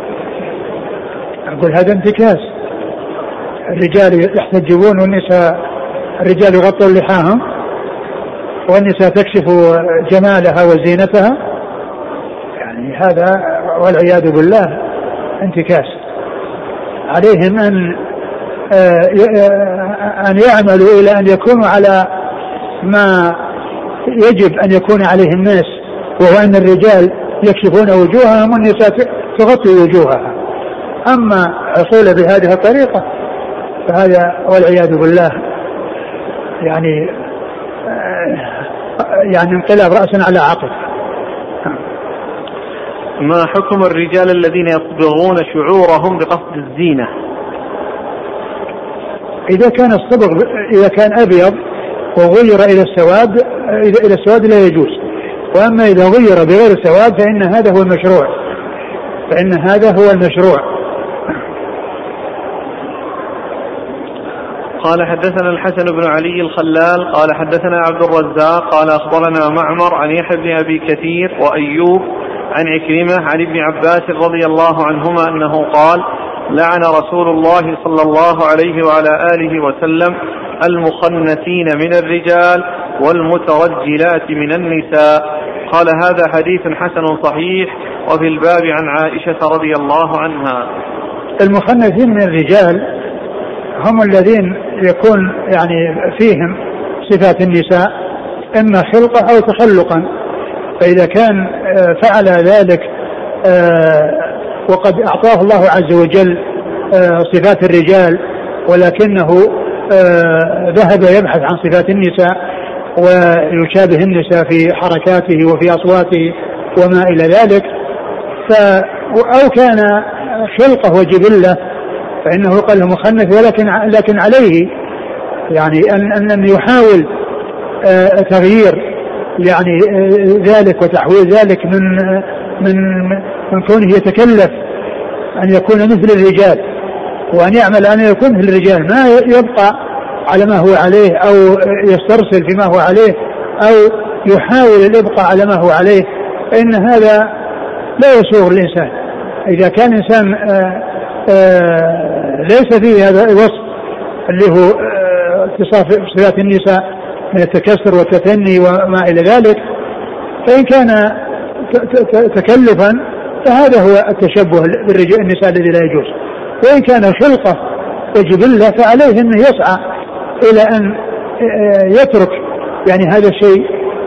أقول هذا انتكاس. الرجال يحتجبون والنساء، الرجال يغطون لحاهم والنساء تكشف جمالها وزينتها، يعني هذا والعياذ بالله انتكاس. عليهم أن يعملوا إلى أن يكونوا على ما يجب أن يكون عليه الناس، وهو أن الرجال يكشفون وجوههم والنساء تغطي وجوهها. أما حصول بهذه الطريقة فهذا والعياذ بالله يعني انقلاب رأسا على عقب. ما حكم الرجال الذين يصبغون شعورهم بقصد الزينة؟ إذا كان الصبغ إذا كان أبيض وغير إلى السواد لا يجوز، وأما إذا غير بغير سواد فإن هذا هو المشروع. قال حدثنا الحسن بن علي الخلال قال حدثنا عبد الرزاق قال أخبرنا معمر عن يحيى بن أبي كثير وأيوب عن عكرمة عن ابن عباس رضي الله عنهما أنه قال: لعن رسول الله صلى الله عليه وعلى آله وسلم المخنثين من الرجال والمترجلات من النساء. قال: هذا حديث حسن صحيح. وفي الباب عن عائشة رضي الله عنها. المخنثين من الرجال هم الذين يكون يعني فيهم صفات النساء إما خلقة أو تخلقا، فإذا كان فعل ذلك وقد أعطاه الله عز وجل صفات الرجال ولكنه ذهب يبحث عن صفات النساء ويشابه النساء في حركاته وفي أصواته وما إلى ذلك، أو كان خلقه وجبلة فإنه يقال له مخنث، لكن عليه يعني أن يحاول تغيير يعني ذلك وتحويل ذلك من كونه يتكلف أن يكون مثل الرجال وأن يعمل أن يكون مثل الرجال، ما يبقى على ما هو عليه أو يسترسل فيما هو عليه أو يحاول الإبقاء على ما هو عليه، فإن هذا لا يسوغ الإنسان. إذا كان إنسان ليس فيه هذا الوصف اللي هو اتصاف صفات النساء من التكسر والتثني وما إلى ذلك، فإن كان تكلفا فهذا هو التشبه بالنساء الذي لا يجوز. وإن كان خلقة وجبلة فعليه أنه يسعى إلى أن يترك يعني هذا الشيء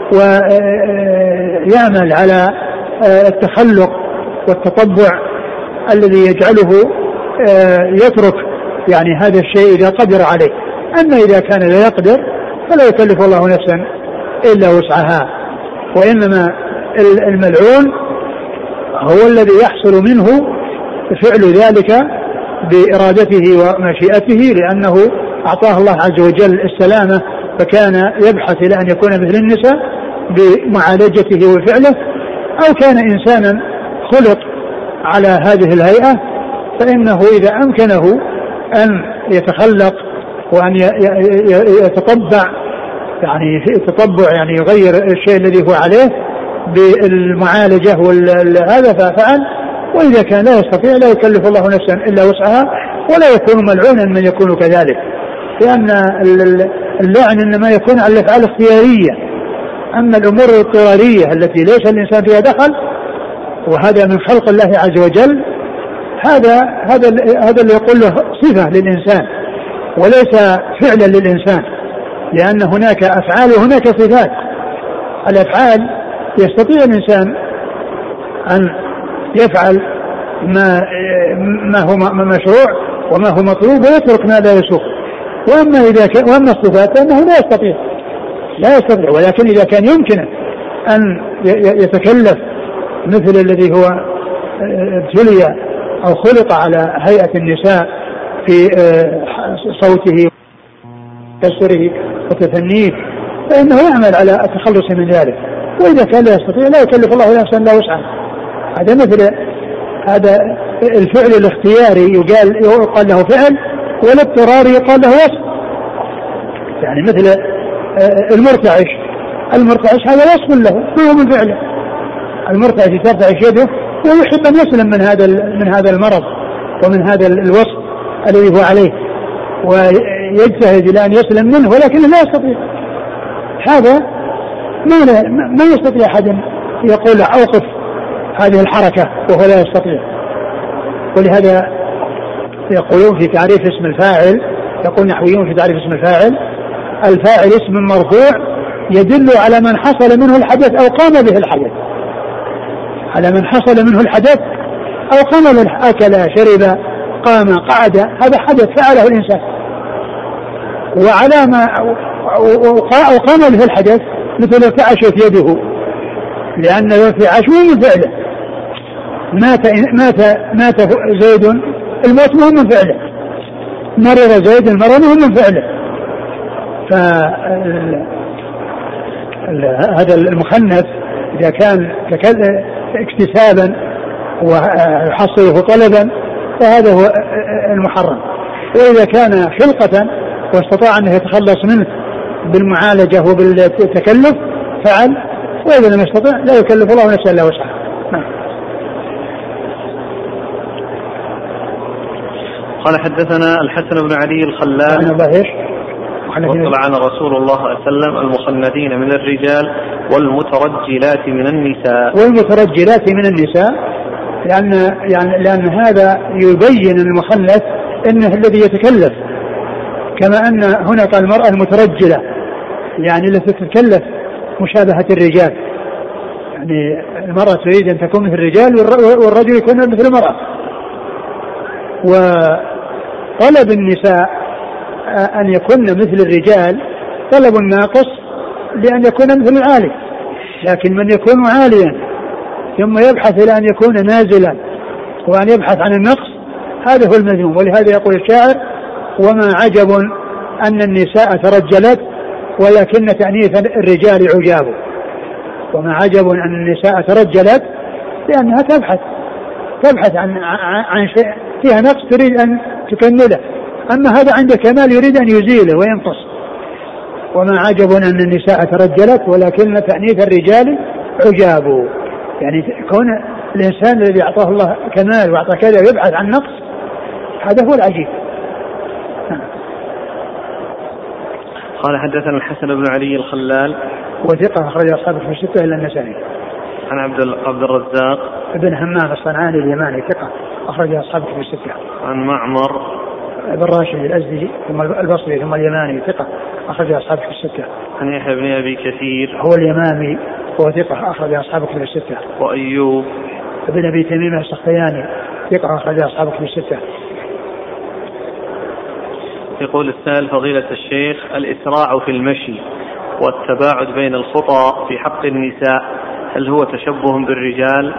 ويعمل على التخلق والتطبع الذي يجعله يترك يعني هذا الشيء إذا قدر عليه. أما إذا كان لا يقدر فلا يكلف الله نفسا إلا وسعها، وإنما الملعون هو الذي يحصل منه فعل ذلك بإرادته ومشيئته، لأنه أعطاه الله عز وجل السلامة فكان يبحث إلى أن يكون مثل النساء بمعالجته وفعله، أو كان إنسانا خلق على هذه الهيئة فإنه إذا أمكنه أن يتخلق وأن يتطبع يعني في التطبع يعني يغير الشيء الذي هو عليه بالمعالجة هذا ففعل. وإذا كان لا يستطيع لا يكلف الله نفسا إلا وسعها ولا يكون ملعونا من يكون كذلك، لأن اللعن إنما يكون على الأفعال الاختيارية. أما الأمور الاضطرارية التي ليس الإنسان فيها دخل وهذا من خلق الله عز وجل هذا اللي يقول له صفة للإنسان وليس فعلا للإنسان، لأن هناك أفعال وهناك صفات. الأفعال يستطيع الإنسان أن يفعل ما هو مشروع وما هو مطلوب ويترك ما لا يسوق. وأما الصفات فإنه لا يستطيع. ولكن إذا كان يمكن أن يتكلف مثل الذي هو ابتلي أو خلق على هيئة النساء في صوته وكسره وتثنيه فإنه يعمل على التخلص من ذلك. وإذا كان لا يستطيع لا يكلف الله نفسا إلا وسعها. هذا مثل هذا الفعل الاختياري يقال له فعل والاضطراري يقال له وصف. يعني مثل المرتعش هذا وصف له هو من فعله. المرتعش ترتعش يده ويحب أن يسلم من هذا المرض ومن هذا الوصف الذي هو عليه ويجتهد إلى أن يسلم منه ولكنه لا يستطيع. هذا ما يستطيع أحد يقول أوقف هذه الحركة وهو لا يستطيع. ولهذا يقولون في تعريف اسم الفاعل، يقول نحويون في تعريف اسم الفاعل اسم مرفوع يدل على من حصل منه الحدث أو قام به الحدث. على من حصل منه الحدث أو قام به، أكل شرب قام قعد، هذا حدث فعله الإنسان. وعلى ما قام به الحدث مثل ارتعشت يده، لأن الارتعاش مو من فعله. مات زيد، الموت مو من فعله. مرض زيد، المرض مو من فعله. هذا المخنث إذا كان اكتسابا ويحصله طلبا فهذا هو المحرم. وإذا كان خلقة واستطاع أن يتخلص منه بالمعالجة وبالتكلف فعل، وإذا لم يستطع لا يكلف الله نفسا إلا وسعها. قال حدثنا الحسن بن علي الخلال واطلع على رسول الله صلى الله عليه وسلم المخنثين من الرجال والمترجلات من النساء لأن هذا يبين المخنث إنه الذي يتكلف، كما أن هناك المرأة المترجلة يعني التي تتكلف مشابهة الرجال. يعني المرأة تريد أن تكون مثل الرجال والرجل يكون مثل المرأة. وطلب النساء أن يكون مثل الرجال طلب ناقص لأن يكون مثل العالي، لكن من يكون عاليا ثم يبحث إلى أن يكون نازلا وأن يبحث عن النقص هذا هو المذموم. ولهذا يقول الشاعر: وما عجب أن النساء ترجلت ولكن تأنيث الرجال عجاب. وما عجب أن النساء ترجلت لأنها تبحث عن شيء فيها نقص تريد أن تكمله، أما هذا عنده كمال يريد أن يزيله وينقص. وما عجب أن النساء ترجلت ولكن تأنيث الرجال عجاب، يعني كون الإنسان الذي أعطاه الله كمال وأعطاه كذا يبحث عن نقص هذا هو العجيب. قال حدثنا الحسن بن علي الخلال وثقة أخرج أصحابه في الستة إلا النسائي. عن عبد الرزاق ابن همام الصنعاني اليماني ثقة أخرج أصحابه في الستة. عن معمر ابن راشد الأزدي ثم البصري ثم اليماني ثقة أخرج أصحابه في الستة. عن يحيى بن أبي كثير هو اليمامي وهو ثقة أخرج أصحابه في الستة. وأيوب ابن أبي تميم السختياني ثقة أخرج أصحابه في الستة. يقول السائل: فضيلة الشيخ، الإسراع في المشي والتباعد بين الخطى في حق النساء هل هو تشبه بالرجال؟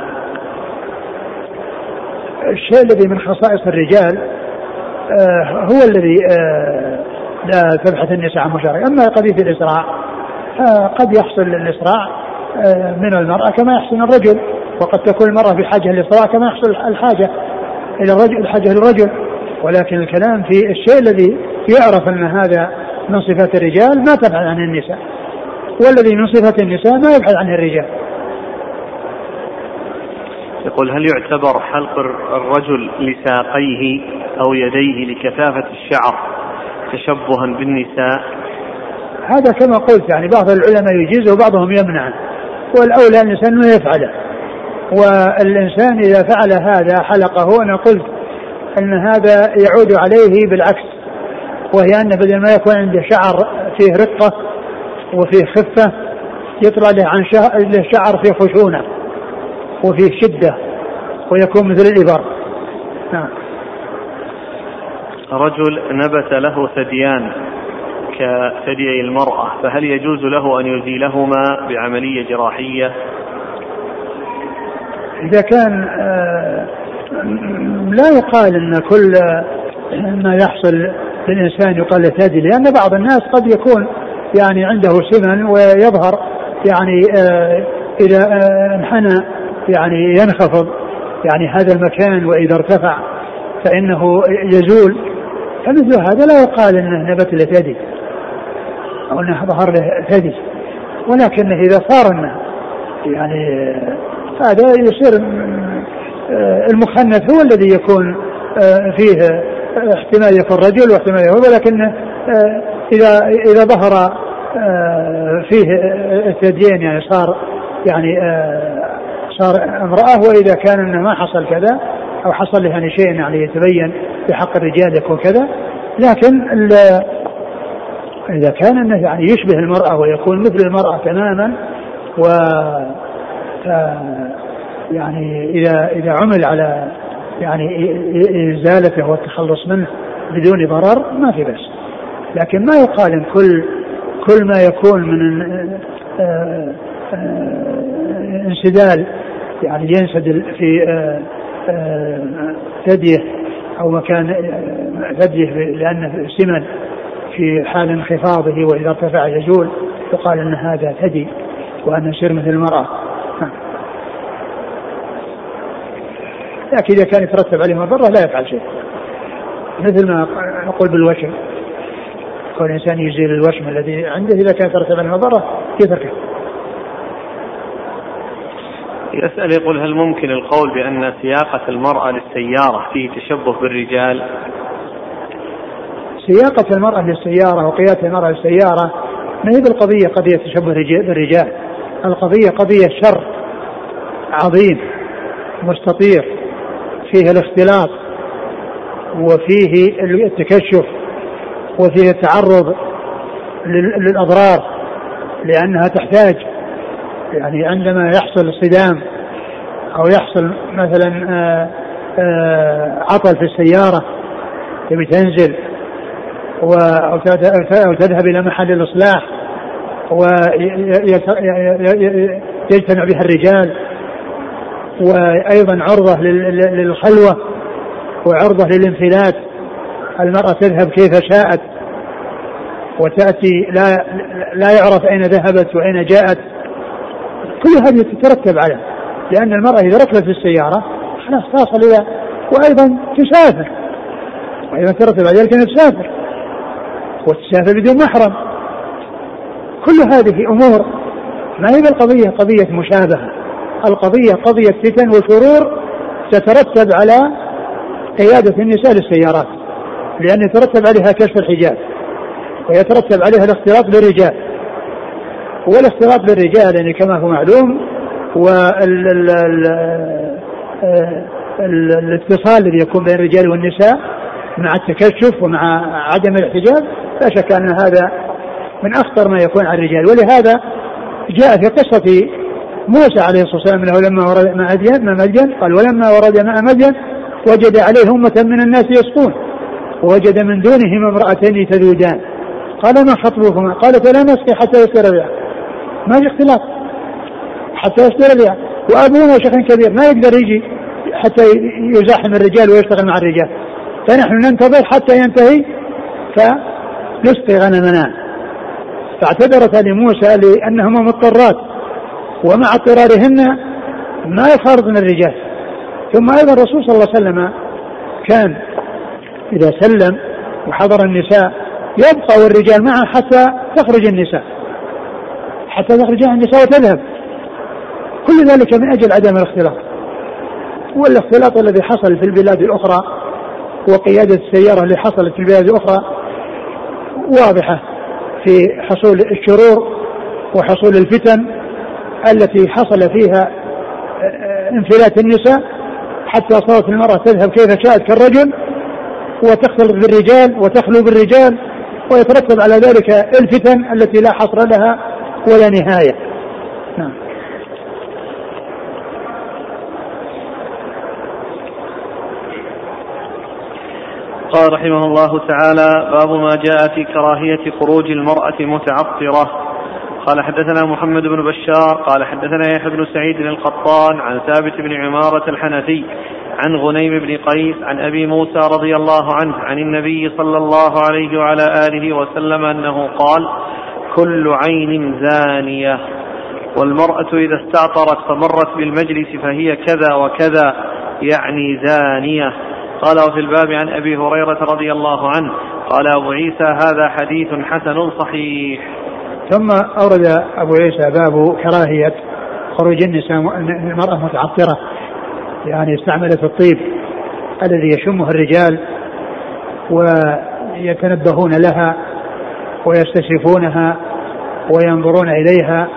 الشيء الذي من خصائص الرجال هو الذي لا تبحث النساء عن مشاركة. أما قضية الإسراع قد يحصل الإسراع من المرأة كما يحصل الرجل، وقد تكون المرأة بحاجة للإسراع كما يحصل الحاجة إلى الرجل، الحاجة للرجل. ولكن الكلام في الشيء الذي يعرف أن هذا من صفات الرجال ما تبحث عن النساء، والذي من صفات النساء ما يبحث عن الرجال. يقول: هل يعتبر حلق الرجل لساقيه أو يديه لكثافة الشعر تشبها بالنساء؟ هذا كما قلت يعني بعض العلماء يجيزه وبعضهم يمنعه، والأولى الإنسان أنه يفعله. والإنسان إذا فعل هذا حلقه، أنا قلت أن هذا يعود عليه بالعكس، وهي أن بدل ما يكون عنده شعر فيه رقة وفيه خفة يطلع له عن شعر فيه خشونة وفيه شدة ويكون مثل الإبر. نعم. رجل نبت له ثديان كثديي المرأة، فهل يجوز له أن يزيلهما بعملية جراحية؟ إذا كان لا يقال أن كل ما يحصل للإنسان يقال له ثدي، لأن بعض الناس قد يكون يعني عنده سمن ويظهر يعني إذا انحنى يعني ينخفض يعني هذا المكان، وإذا ارتفع فإنه يزول، فمثل هذا لا يقال أنه نبت له ثدي أو أنه ظهر له ثدي، ولكن إذا صار أنه يعني هذا يصير المخنث هو الذي يكون فيه احتمال يكون رجل واحتمال يكون، ولكن إذا ظهر فيه الثديين يعني صار امرأة. وإذا كان أنه ما حصل كذا أو حصل له يعني شيء يعني يتبين بحق الرجال يكون كذا، لكن إذا كان أنه يعني يشبه المرأة ويكون مثل المرأة تماما، و يعني إذا عمل على يعني إزالته والتخلص منه بدون ضرر ما في بس. لكن ما يقال إن كل ما يكون من انسدال يعني ينسدل في ثديه أو مكان ثديه لأنه سمن في حال انخفاضه وإذا ارتفع يزول، يقال أن هذا ثدي وأنه يصير مثل المرأة. لكن إذا كان يترتب عليه مضرة لا يفعل شيء، مثل ما نقول بالوشم، كل إنسان يزيل الوشم الذي عنده إذا كان يترتب عليه مضرة يتركه. يسأل يقول: هل ممكن القول بأن سياقة المرأة للسيارة فيه تشبه بالرجال؟ سياقة المرأة للسيارة وقيادة المرأة للسيارة ما هي بالقضية قضية تشبه بالرجال، القضية قضية شر عظيم مستطير فيه الاختلاط وفيه التكشف وفيه التعرض للأضرار، لأنها تحتاج يعني عندما يحصل صدام أو يحصل مثلا عطل في السيارة تبي تنزل أو تذهب إلى محل الإصلاح ويجتمع بها الرجال، وأيضا عرضة للخلوة وعرضة للانفلات، المرأة تذهب كيف شاءت وتأتي لا يعرف أين ذهبت وأين جاءت، كل هذه تترتب عليه، لأن المرأة إذا ركبت في السيارة خلاص تصل إلى وأيضا تسافر، وأيضا ترتب على ذلك أن تسافر وتسافر بدون محرم. كل هذه أمور ما هي بالقضية قضية مشابهة، القضية قضية فتن وشرور تترتب على قيادة النساء للسيارات، لأن يترتب عليها كشف الحجاب ويترتب عليها الاختلاط بالرجال، والاختلاط بالرجال يعني كما هو معلوم والاتصال الذي يكون بين الرجال والنساء مع التكشف ومع عدم الاحتجاب لا شك أن هذا من أخطر ما يكون على الرجال. ولهذا جاء في قصة موسى عليه الصلاة والسلام أنه لما ورد ماء مدين قال: ولما ورد ماء مدين وجد عليه أمة من الناس يسقون ووجد من دونهم امرأتين تذودان قال: ما خطبكما؟ قالت: لا نسقي حتى يصدر الرياح. ما في اختلاط حتى يصدر الرياح، وأبونا شيخ كبير ما يقدر يجي حتى يزاحم الرجال ويشتغل مع الرجال، فنحن ننتظر حتى ينتهي فنسقي غنمنا. فاعتذرت لموسى لأنهما مضطرات ومع اضطرارهن ما يخالطن الرجال. ثم أيضا الرسول صلى الله عليه وسلم كان إذا سلم وحضر النساء يبقى والرجال معه حتى تخرج النساء وتذهب. كل ذلك من أجل عدم الاختلاط. والاختلاط الذي حصل في البلاد الأخرى وقيادة السيارة اللي حصلت في البلاد الأخرى واضحة في حصول الشرور وحصول الفتن التي حصل فيها انفلات النساء حتى صارت المرأة تذهب كيف شاءت كالرجل وتختلط بالرجال وتخلو بالرجال ويترتب على ذلك الفتن التي لا حصر لها ولا نهاية. نعم. قال رحمه الله تعالى: باب ما جاء في كراهية خروج المرأة متعطرة. قال حدثنا محمد بن بشار قال حدثنا يحيى بن سعيد القطان عن ثابت بن عمارة الحنفي عن غنيم بن قيس عن أبي موسى رضي الله عنه عن النبي صلى الله عليه وعلى آله وسلم أنه قال: كل عين زانية، والمرأة إذا استعطرت فمرت بالمجلس فهي كذا وكذا، يعني زانية. قال: وفي الباب عن أبي هريرة رضي الله عنه. قال أبو عيسى: هذا حديث حسن صحيح. ثم أورد أبو عيسى باب كراهية خروج المرأة متعطرة، يعني استعملت الطيب الذي يشمه الرجال ويتنبهون لها ويستشرفونها وينظرون إليها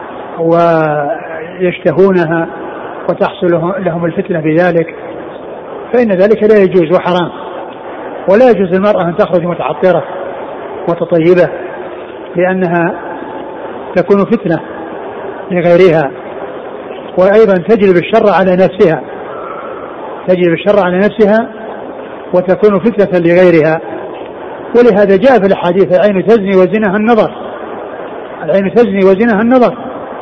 ويشتهونها وتحصل لهم الفتنة بذلك، فإن ذلك لا يجوز وحرام. ولا يجوز المرأة أن تخرج متعطرة متطيبة، لأنها تكون فتنة لغيرها، وأيضا تجلب الشر على نفسها وتكون فتنة لغيرها. ولهذا جاء في الحديث: العين تزني وزنها النظر.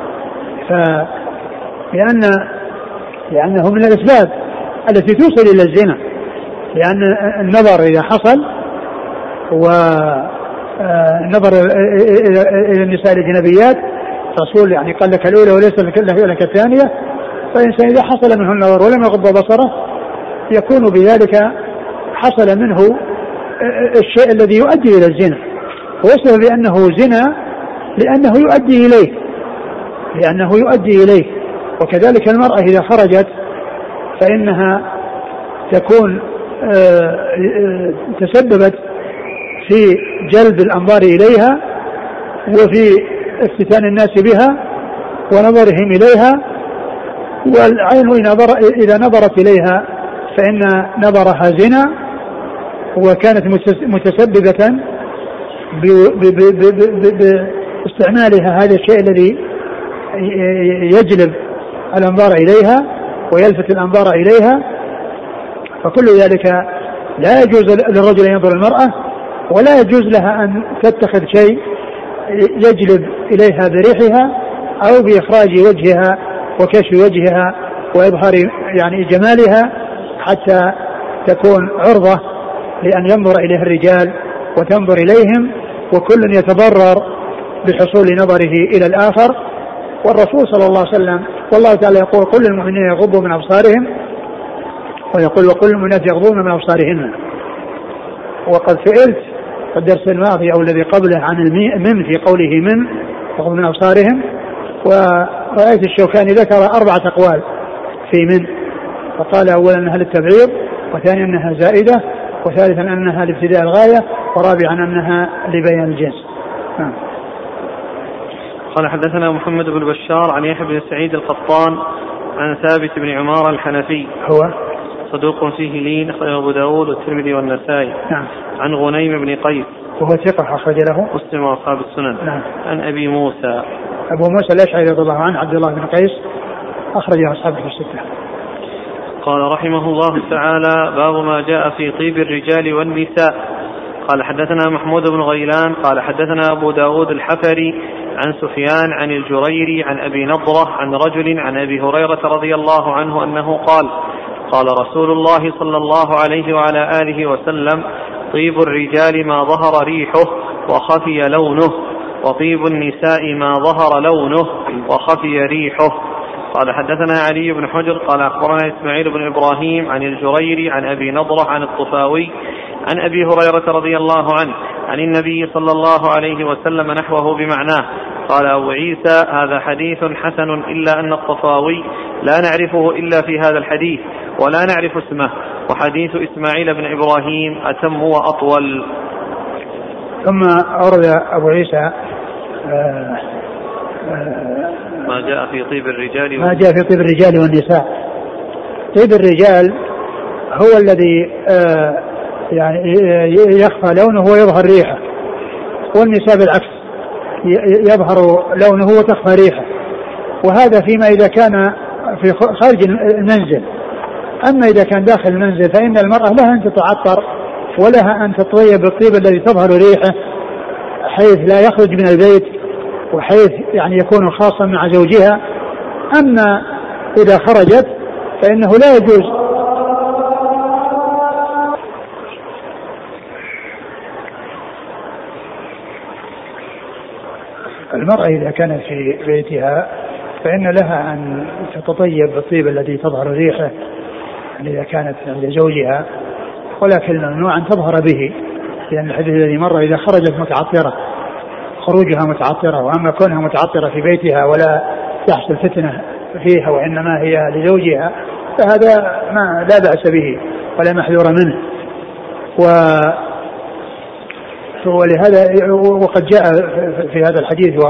لأنه من الأسباب التي توصل إلى الزنا، لأن النظر إذا حصل ونظر إلى النساء الأجنبيات، رسول يعني قال لك الأولى وليس لك الثانية، فالإنسان إذا حصل منه النظر ولم يغض بصره يكون بذلك حصل منه الشيء الذي يؤدي إلى الزنا، ويصف بأنه زنا لأنه يؤدي إليه. وكذلك المرأة إذا خرجت فإنها تكون تسببت في جلب الأنظار إليها وفي افتتان الناس بها ونظرهم إليها. والعين إذا نظرت إليها فإن نظرها زنا، وكانت متسببة باستعمالها هذا الشيء الذي يجلب الأنظار إليها ويلفت الأنظار إليها. فكل ذلك لا يجوز للرجل أن ينظر المرأة، ولا يجوز لها أن تتخذ شيء يجلب إليها بريحها أو بإخراج وجهها وكشف وجهها وإظهار يعني جمالها حتى تكون عرضة لأن ينظر إليها الرجال وتنظر إليهم، وكل يتضرر بحصول نظره إلى الآخر. والرسول صلى الله عليه وسلم والله تعالى يقول: كل المؤمنين يغضوا من أبصارهم، ويقول: وكل المؤمنات يغضون من أبصارهن. وقد سئلت في الدرس الماضي أو الذي قبله عن من في قوله من يغضون من أبصارهم، ورأيت الشوكاني ذكر 4 أقوال في من، فقال: أولا أنها للتبعيض، وثانيا أنها زائدة، وثالثا أنها لابتداء الغاية، ورابعا أنها لبيان الجنس. قال حدثنا محمد بن بشار عن يحيى بن سعيد القطان عن ثابت بن عمارة الحنفي، هو صدوق فيه لين، أخرجه أبو داود والترمذي والنسائي. نعم. عن غنيم بن قيس وهو ثقة أخرج له مسلم وأصحاب السنن. نعم. عن أبي موسى الأشعري رضي الله عنه عبد الله بن قيس، أخرجه أصحابه في الستة. قال رحمه الله تعالى: باب ما جاء في طيب الرجال والنساء. قال حدثنا محمود بن غيلان قال حدثنا أبو داود الحفري عن سفيان عن الجريري عن أبي نضرة عن رجل عن أبي هريرة رضي الله عنه أنه قال: قال رسول الله صلى الله عليه وعلى آله وسلم: طيب الرجال ما ظهر ريحه وخفي لونه، وطيب النساء ما ظهر لونه وخفي ريحه. قال حدثنا علي بن حجر قال أخبرنا إسماعيل بن إبراهيم عن الجريري عن أبي نضرة عن الطفاوي عن أبي هريرة رضي الله عنه عن النبي صلى الله عليه وسلم نحوه بمعناه. قال أبو عيسى هذا حديث حسن إلا أن الطفاوي لا نعرفه إلا في هذا الحديث ولا نعرف اسمه، وحديث إسماعيل بن إبراهيم أتم وأطول. ثم أورد أبو عيسى ما جاء في طيب الرجال والنساء. طيب الرجال هو الذي يعني يخفى لونه ويظهر ريحه، والنساء بالعكس يظهر لونه وتخفى ريحه، وهذا فيما إذا كان في خارج المنزل. أما إذا كان داخل المنزل فإن المرأة لها أن تتعطر ولها أن تطيب بالطيب الذي تظهر ريحه حيث لا يخرج من البيت، وحيث يعني يكون خاصا مع زوجها. أما إذا خرجت فإنه لا يجوز المرأة إذا كانت في بيتها فإن لها أن تتطيب بالطيب الذي تظهر ريحه إذا كانت عند زوجها، ولكن ممنوع أن تظهر به، لأن الحديث الذي مر إذا خرجت متعطرة خروجها متعطرة، وأما كونها متعطرة في بيتها ولا تحصل فتنة فيها وإنما هي لزوجها فهذا ما لا بأس به ولا محذور منه. ولهذا وقد جاء في هذا الحديث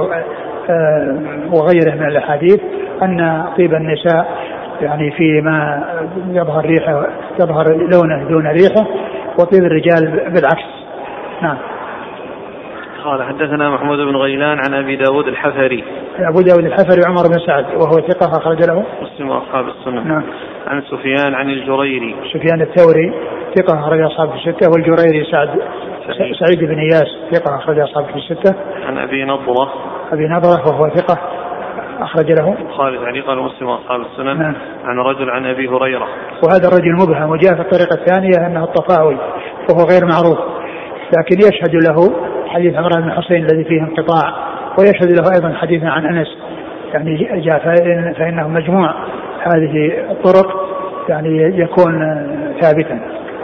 وغيره من الأحاديث أن طيب النساء يعني فيما يظهر ريحه تظهر لونه دون ريحه، وطيب الرجال بالعكس. نعم. قال حدثنا محمود بن غيلان عن أبي داود الحفري. أبو داود الحفري عمر بن سعد وهو ثقة أخرج له مسلم وأصحاب السنن. نعم. عن سفيان عن الجريري. سفيان الثوري ثقة أخرج أصحاب الستة، والجريري سعيد بن إياس ثقة أخرج أصحاب الستة. عن أبي نضرة وهو ثقة أخرج له خالد علي مسلم وأصحاب السنن. نعم. عن رجل عن أبي هريرة، وهذا الرجل مبهم، وجاء في الطريقة الثانية أنه الطفاوي وهو غير معروف، لكن يشهد له حديث عمران بن حسين الذي فيه انقطاع، ويشهد له أيضا حديث عن أنس، يعني جاء فإنه مجموع هذه الطرق يعني يكون ثابتا.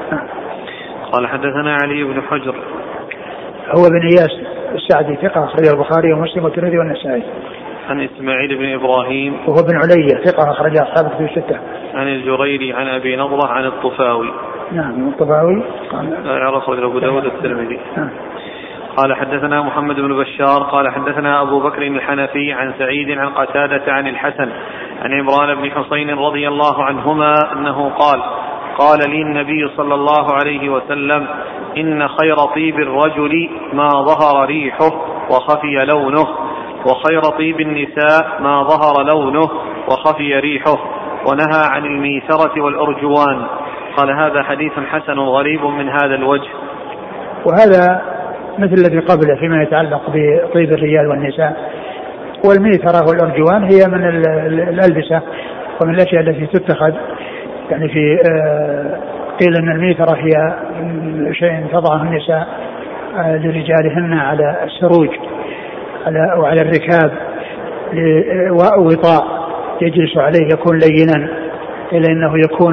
قال حدثنا علي بن حجر هو بن إياس السعدي ثقة أخرج البخاري ومسلم والترمذي والنسائي. عن إسماعيل بن إبراهيم وهو بن علية ثقة أخرج أصحاب الكتب الستة. عن الجريري عن أبي نضرة عن الطفاوي. نعم. الطفاوي يعرف أبو داود الترمذي. قال حدثنا محمد بن بشار قال حدثنا أبو بكر الحنفي عن سعيد عن قتادة عن الحسن عن عمران بن حسين رضي الله عنهما أنه قال لي النبي صلى الله عليه وسلم إن خير طيب الرجل ما ظهر ريحه وخفي لونه، وخير طيب النساء ما ظهر لونه وخفي ريحه، ونهى عن الميثرة والأرجوان. قال هذا حديث حسن غريب من هذا الوجه. وهذا مثل الذي قبله فيما يتعلق بطيب الرجال والنساء. والميثرة والأرجوان هي من الألبسة ومن الأشياء التي تتخذ، يعني في قيل أن الميثرة هي شيء تضعه النساء لرجالهن على السروج أو على الركاب وطاء يجلس عليه يكون لينا، إلى أنه يكون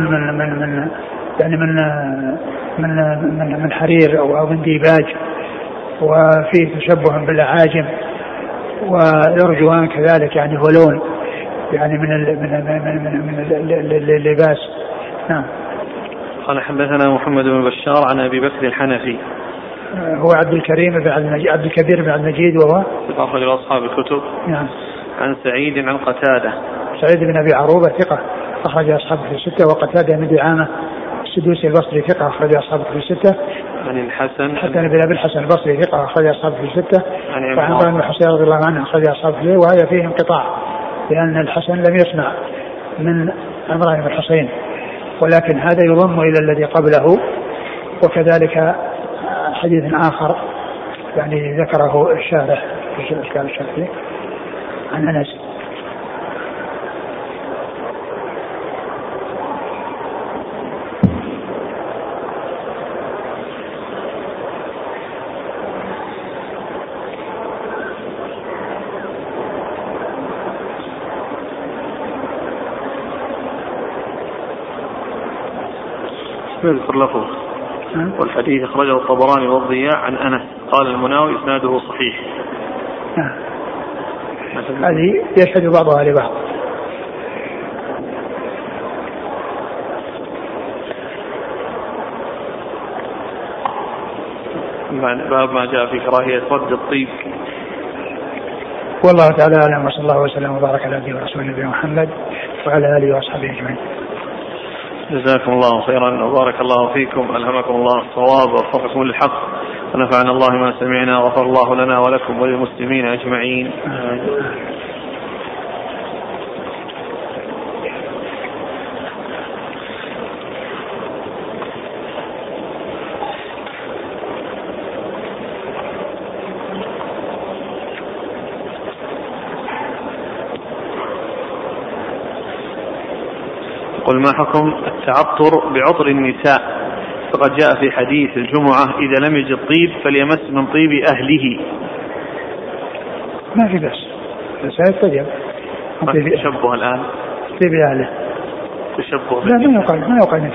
من حرير أو من ديباج، وفيه تشبه بالأعاجم. والأرجوان كذلك يعني هو لون يعني من اللباس. نعم. قال حدثنا محمد بن بشار عن أبي بكر الحنفي هو عبد الكبير بن عبد المجيد وهو أخرج أصحاب الكتب. نعم. عن سعيد عن قتادة سعيد بن أبي عروبة ثقة أخرج أصحاب الستة، وقتادة بن دعامة السدوسي البصري ثقة أخرج أصحاب الستة. عن الحسن بن أبي الحسن البصري ثقة أخرج أصحاب الستة. عن عمران بن حسين رضي الله عنه أخرج أصحاب الستة، وهذا فيه انقطاع لأن الحسن لم يسمع من عمران بن حسين، ولكن هذا يضم إلى الذي قبله. وكذلك حديث آخر يعني ذكره الشارح في الإشكال الشافعي عن أنس. يذكر لفظ. والحديث أخرجه الطبراني والضياء عن أنس قال المناوي إسناده صحيح. هذه يشهد بعضها لبعض. باب ما جاء في كراهية رد الطيب. والله تعالى أعلم، وصلى الله وسلم وبارك على عبده ورسوله نبينا محمد وعلى آله وأصحابه أجمعين. جزاكم الله خيرا وبارك الله فيكم، ألهمكم الله الصواب ووفقكم للحق، ونفعنا الله ما سمعنا، وغفر الله لنا ولكم وللمسلمين أجمعين. قل ما حكم التعطر بعطر النساء؟ فقد جاء في حديث الجمعة إذا لم يجد طيب فليمس من طيب أهله. ما في بس يتطيب. ما في تشبه الآن طيب أهله تشبه. لا ما يقال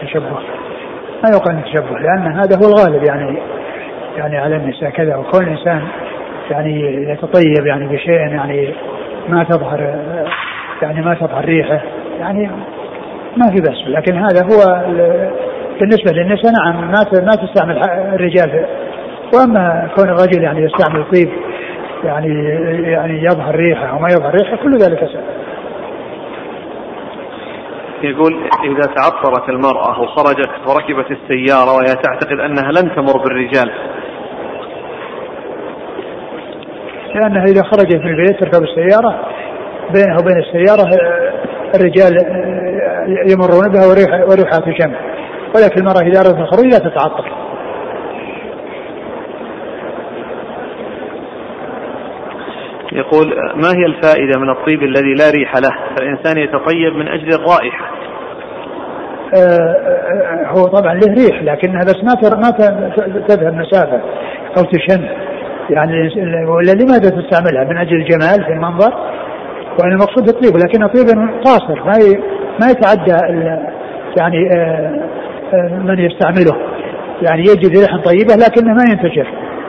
تشبه لأن هذا هو الغالب يعني على النساء كذا، وكل إنسان يعني يتطيب يعني بشيء يعني ما تظهر ريحه يعني ما في بس. لكن هذا هو بالنسبة للنساء نعم ما تستعمل الرجال. وأما كون الرجل يعني يستعمل طيب يعني يظهر ريحه أو ما يظهر ريحه كل ذلك سهل. يقول إذا تعطرت المرأة وخرجت وركبت السيارة وهي تعتقد أنها لن تمر بالرجال، لأنها إذا خرجت من البيت تركب السيارة بينها وبين السيارة الرجال يمرون بها وريحها تشم، ولكن المرأة إذا أردت الخروج لا تتعطر. يقول ما هي الفائدة من الطيب الذي لا ريح له فالإنسان يتطيب من أجل الرائحة؟ هو طبعا له ريح لكنها بس ما تذهب مسافة أو تشم يعني. ولا لماذا تستعملها؟ من أجل الجمال في المنظر، وأن المقصود الطيب، لكن طيب قاصر ما يتعدى يعني من يستعمله يعني يجد ريحا طيبة لكنه ما ينتشر.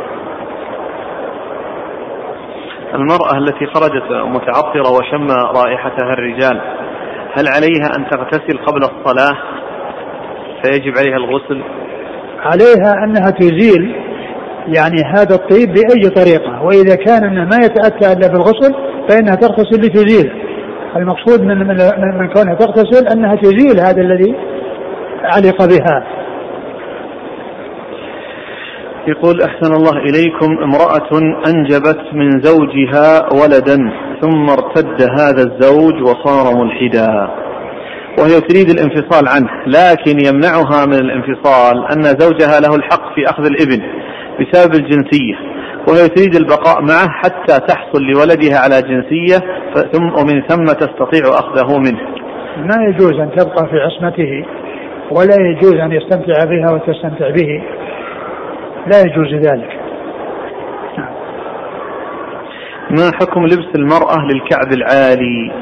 المرأة التي خرجت متعطرة وشم رائحتها الرجال هل عليها أن تغتسل قبل الصلاة فيجب عليها الغسل؟ عليها أنها تزيل يعني هذا الطيب بأي طريقة، وإذا كان أنه ما يتأتى إلا بالغسل فإنها تغتسل لتزيل. المقصود من كونها تغتسل أنها تزيل هذا الذي علق بها. يقول أحسن الله إليكم امرأة أنجبت من زوجها ولدا ثم ارتد هذا الزوج وصار ملحدا وهي تريد الانفصال عنه، لكن يمنعها من الانفصال أن زوجها له الحق في أخذ الابن بسبب الجنسية، وهي تريد البقاء معه حتى تحصل لولدها على جنسية ومن ثم تستطيع أخذه منه. ما يجوز أن تبقى في عصمته ولا يجوز أن يستمتع بها وتستمتع به، لا يجوز ذلك. ما حكم لبس المرأة للكعب العالي؟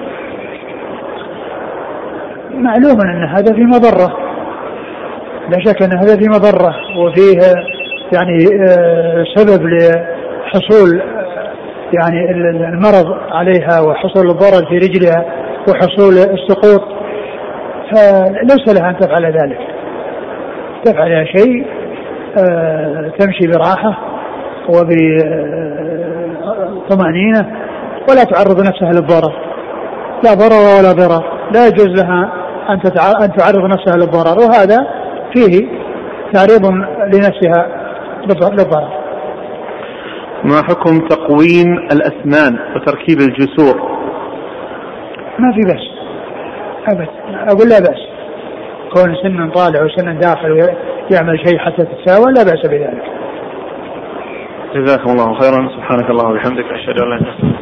معلوم أن هذا في مضرة، لا شك أن هذا في مضرة وفيه يعني سبب لحصول يعني المرض عليها وحصول الضرر في رجلها وحصول السقوط، فليس لها أن تفعل ذلك. تفعل شيء تمشي براحة وبطمأنينة ولا تعرض نفسها للضرر، لا ضرر ولا ضرر، لا يجوز لها أن تعرض نفسها للضرر، وهذا فيه تعريض لنفسها للضرر. ما حكم تقويم الأسنان وتركيب الجسور؟ ما في بأس أبد، أقول لا بأس، كون سن طالع وسن داخل ويعمل شيء حتى تتساوى لا بأس بذلك. جزاكم الله خيرا، سبحانك اللهم وبحمدك، أشهد أن لا إله إلا أنت.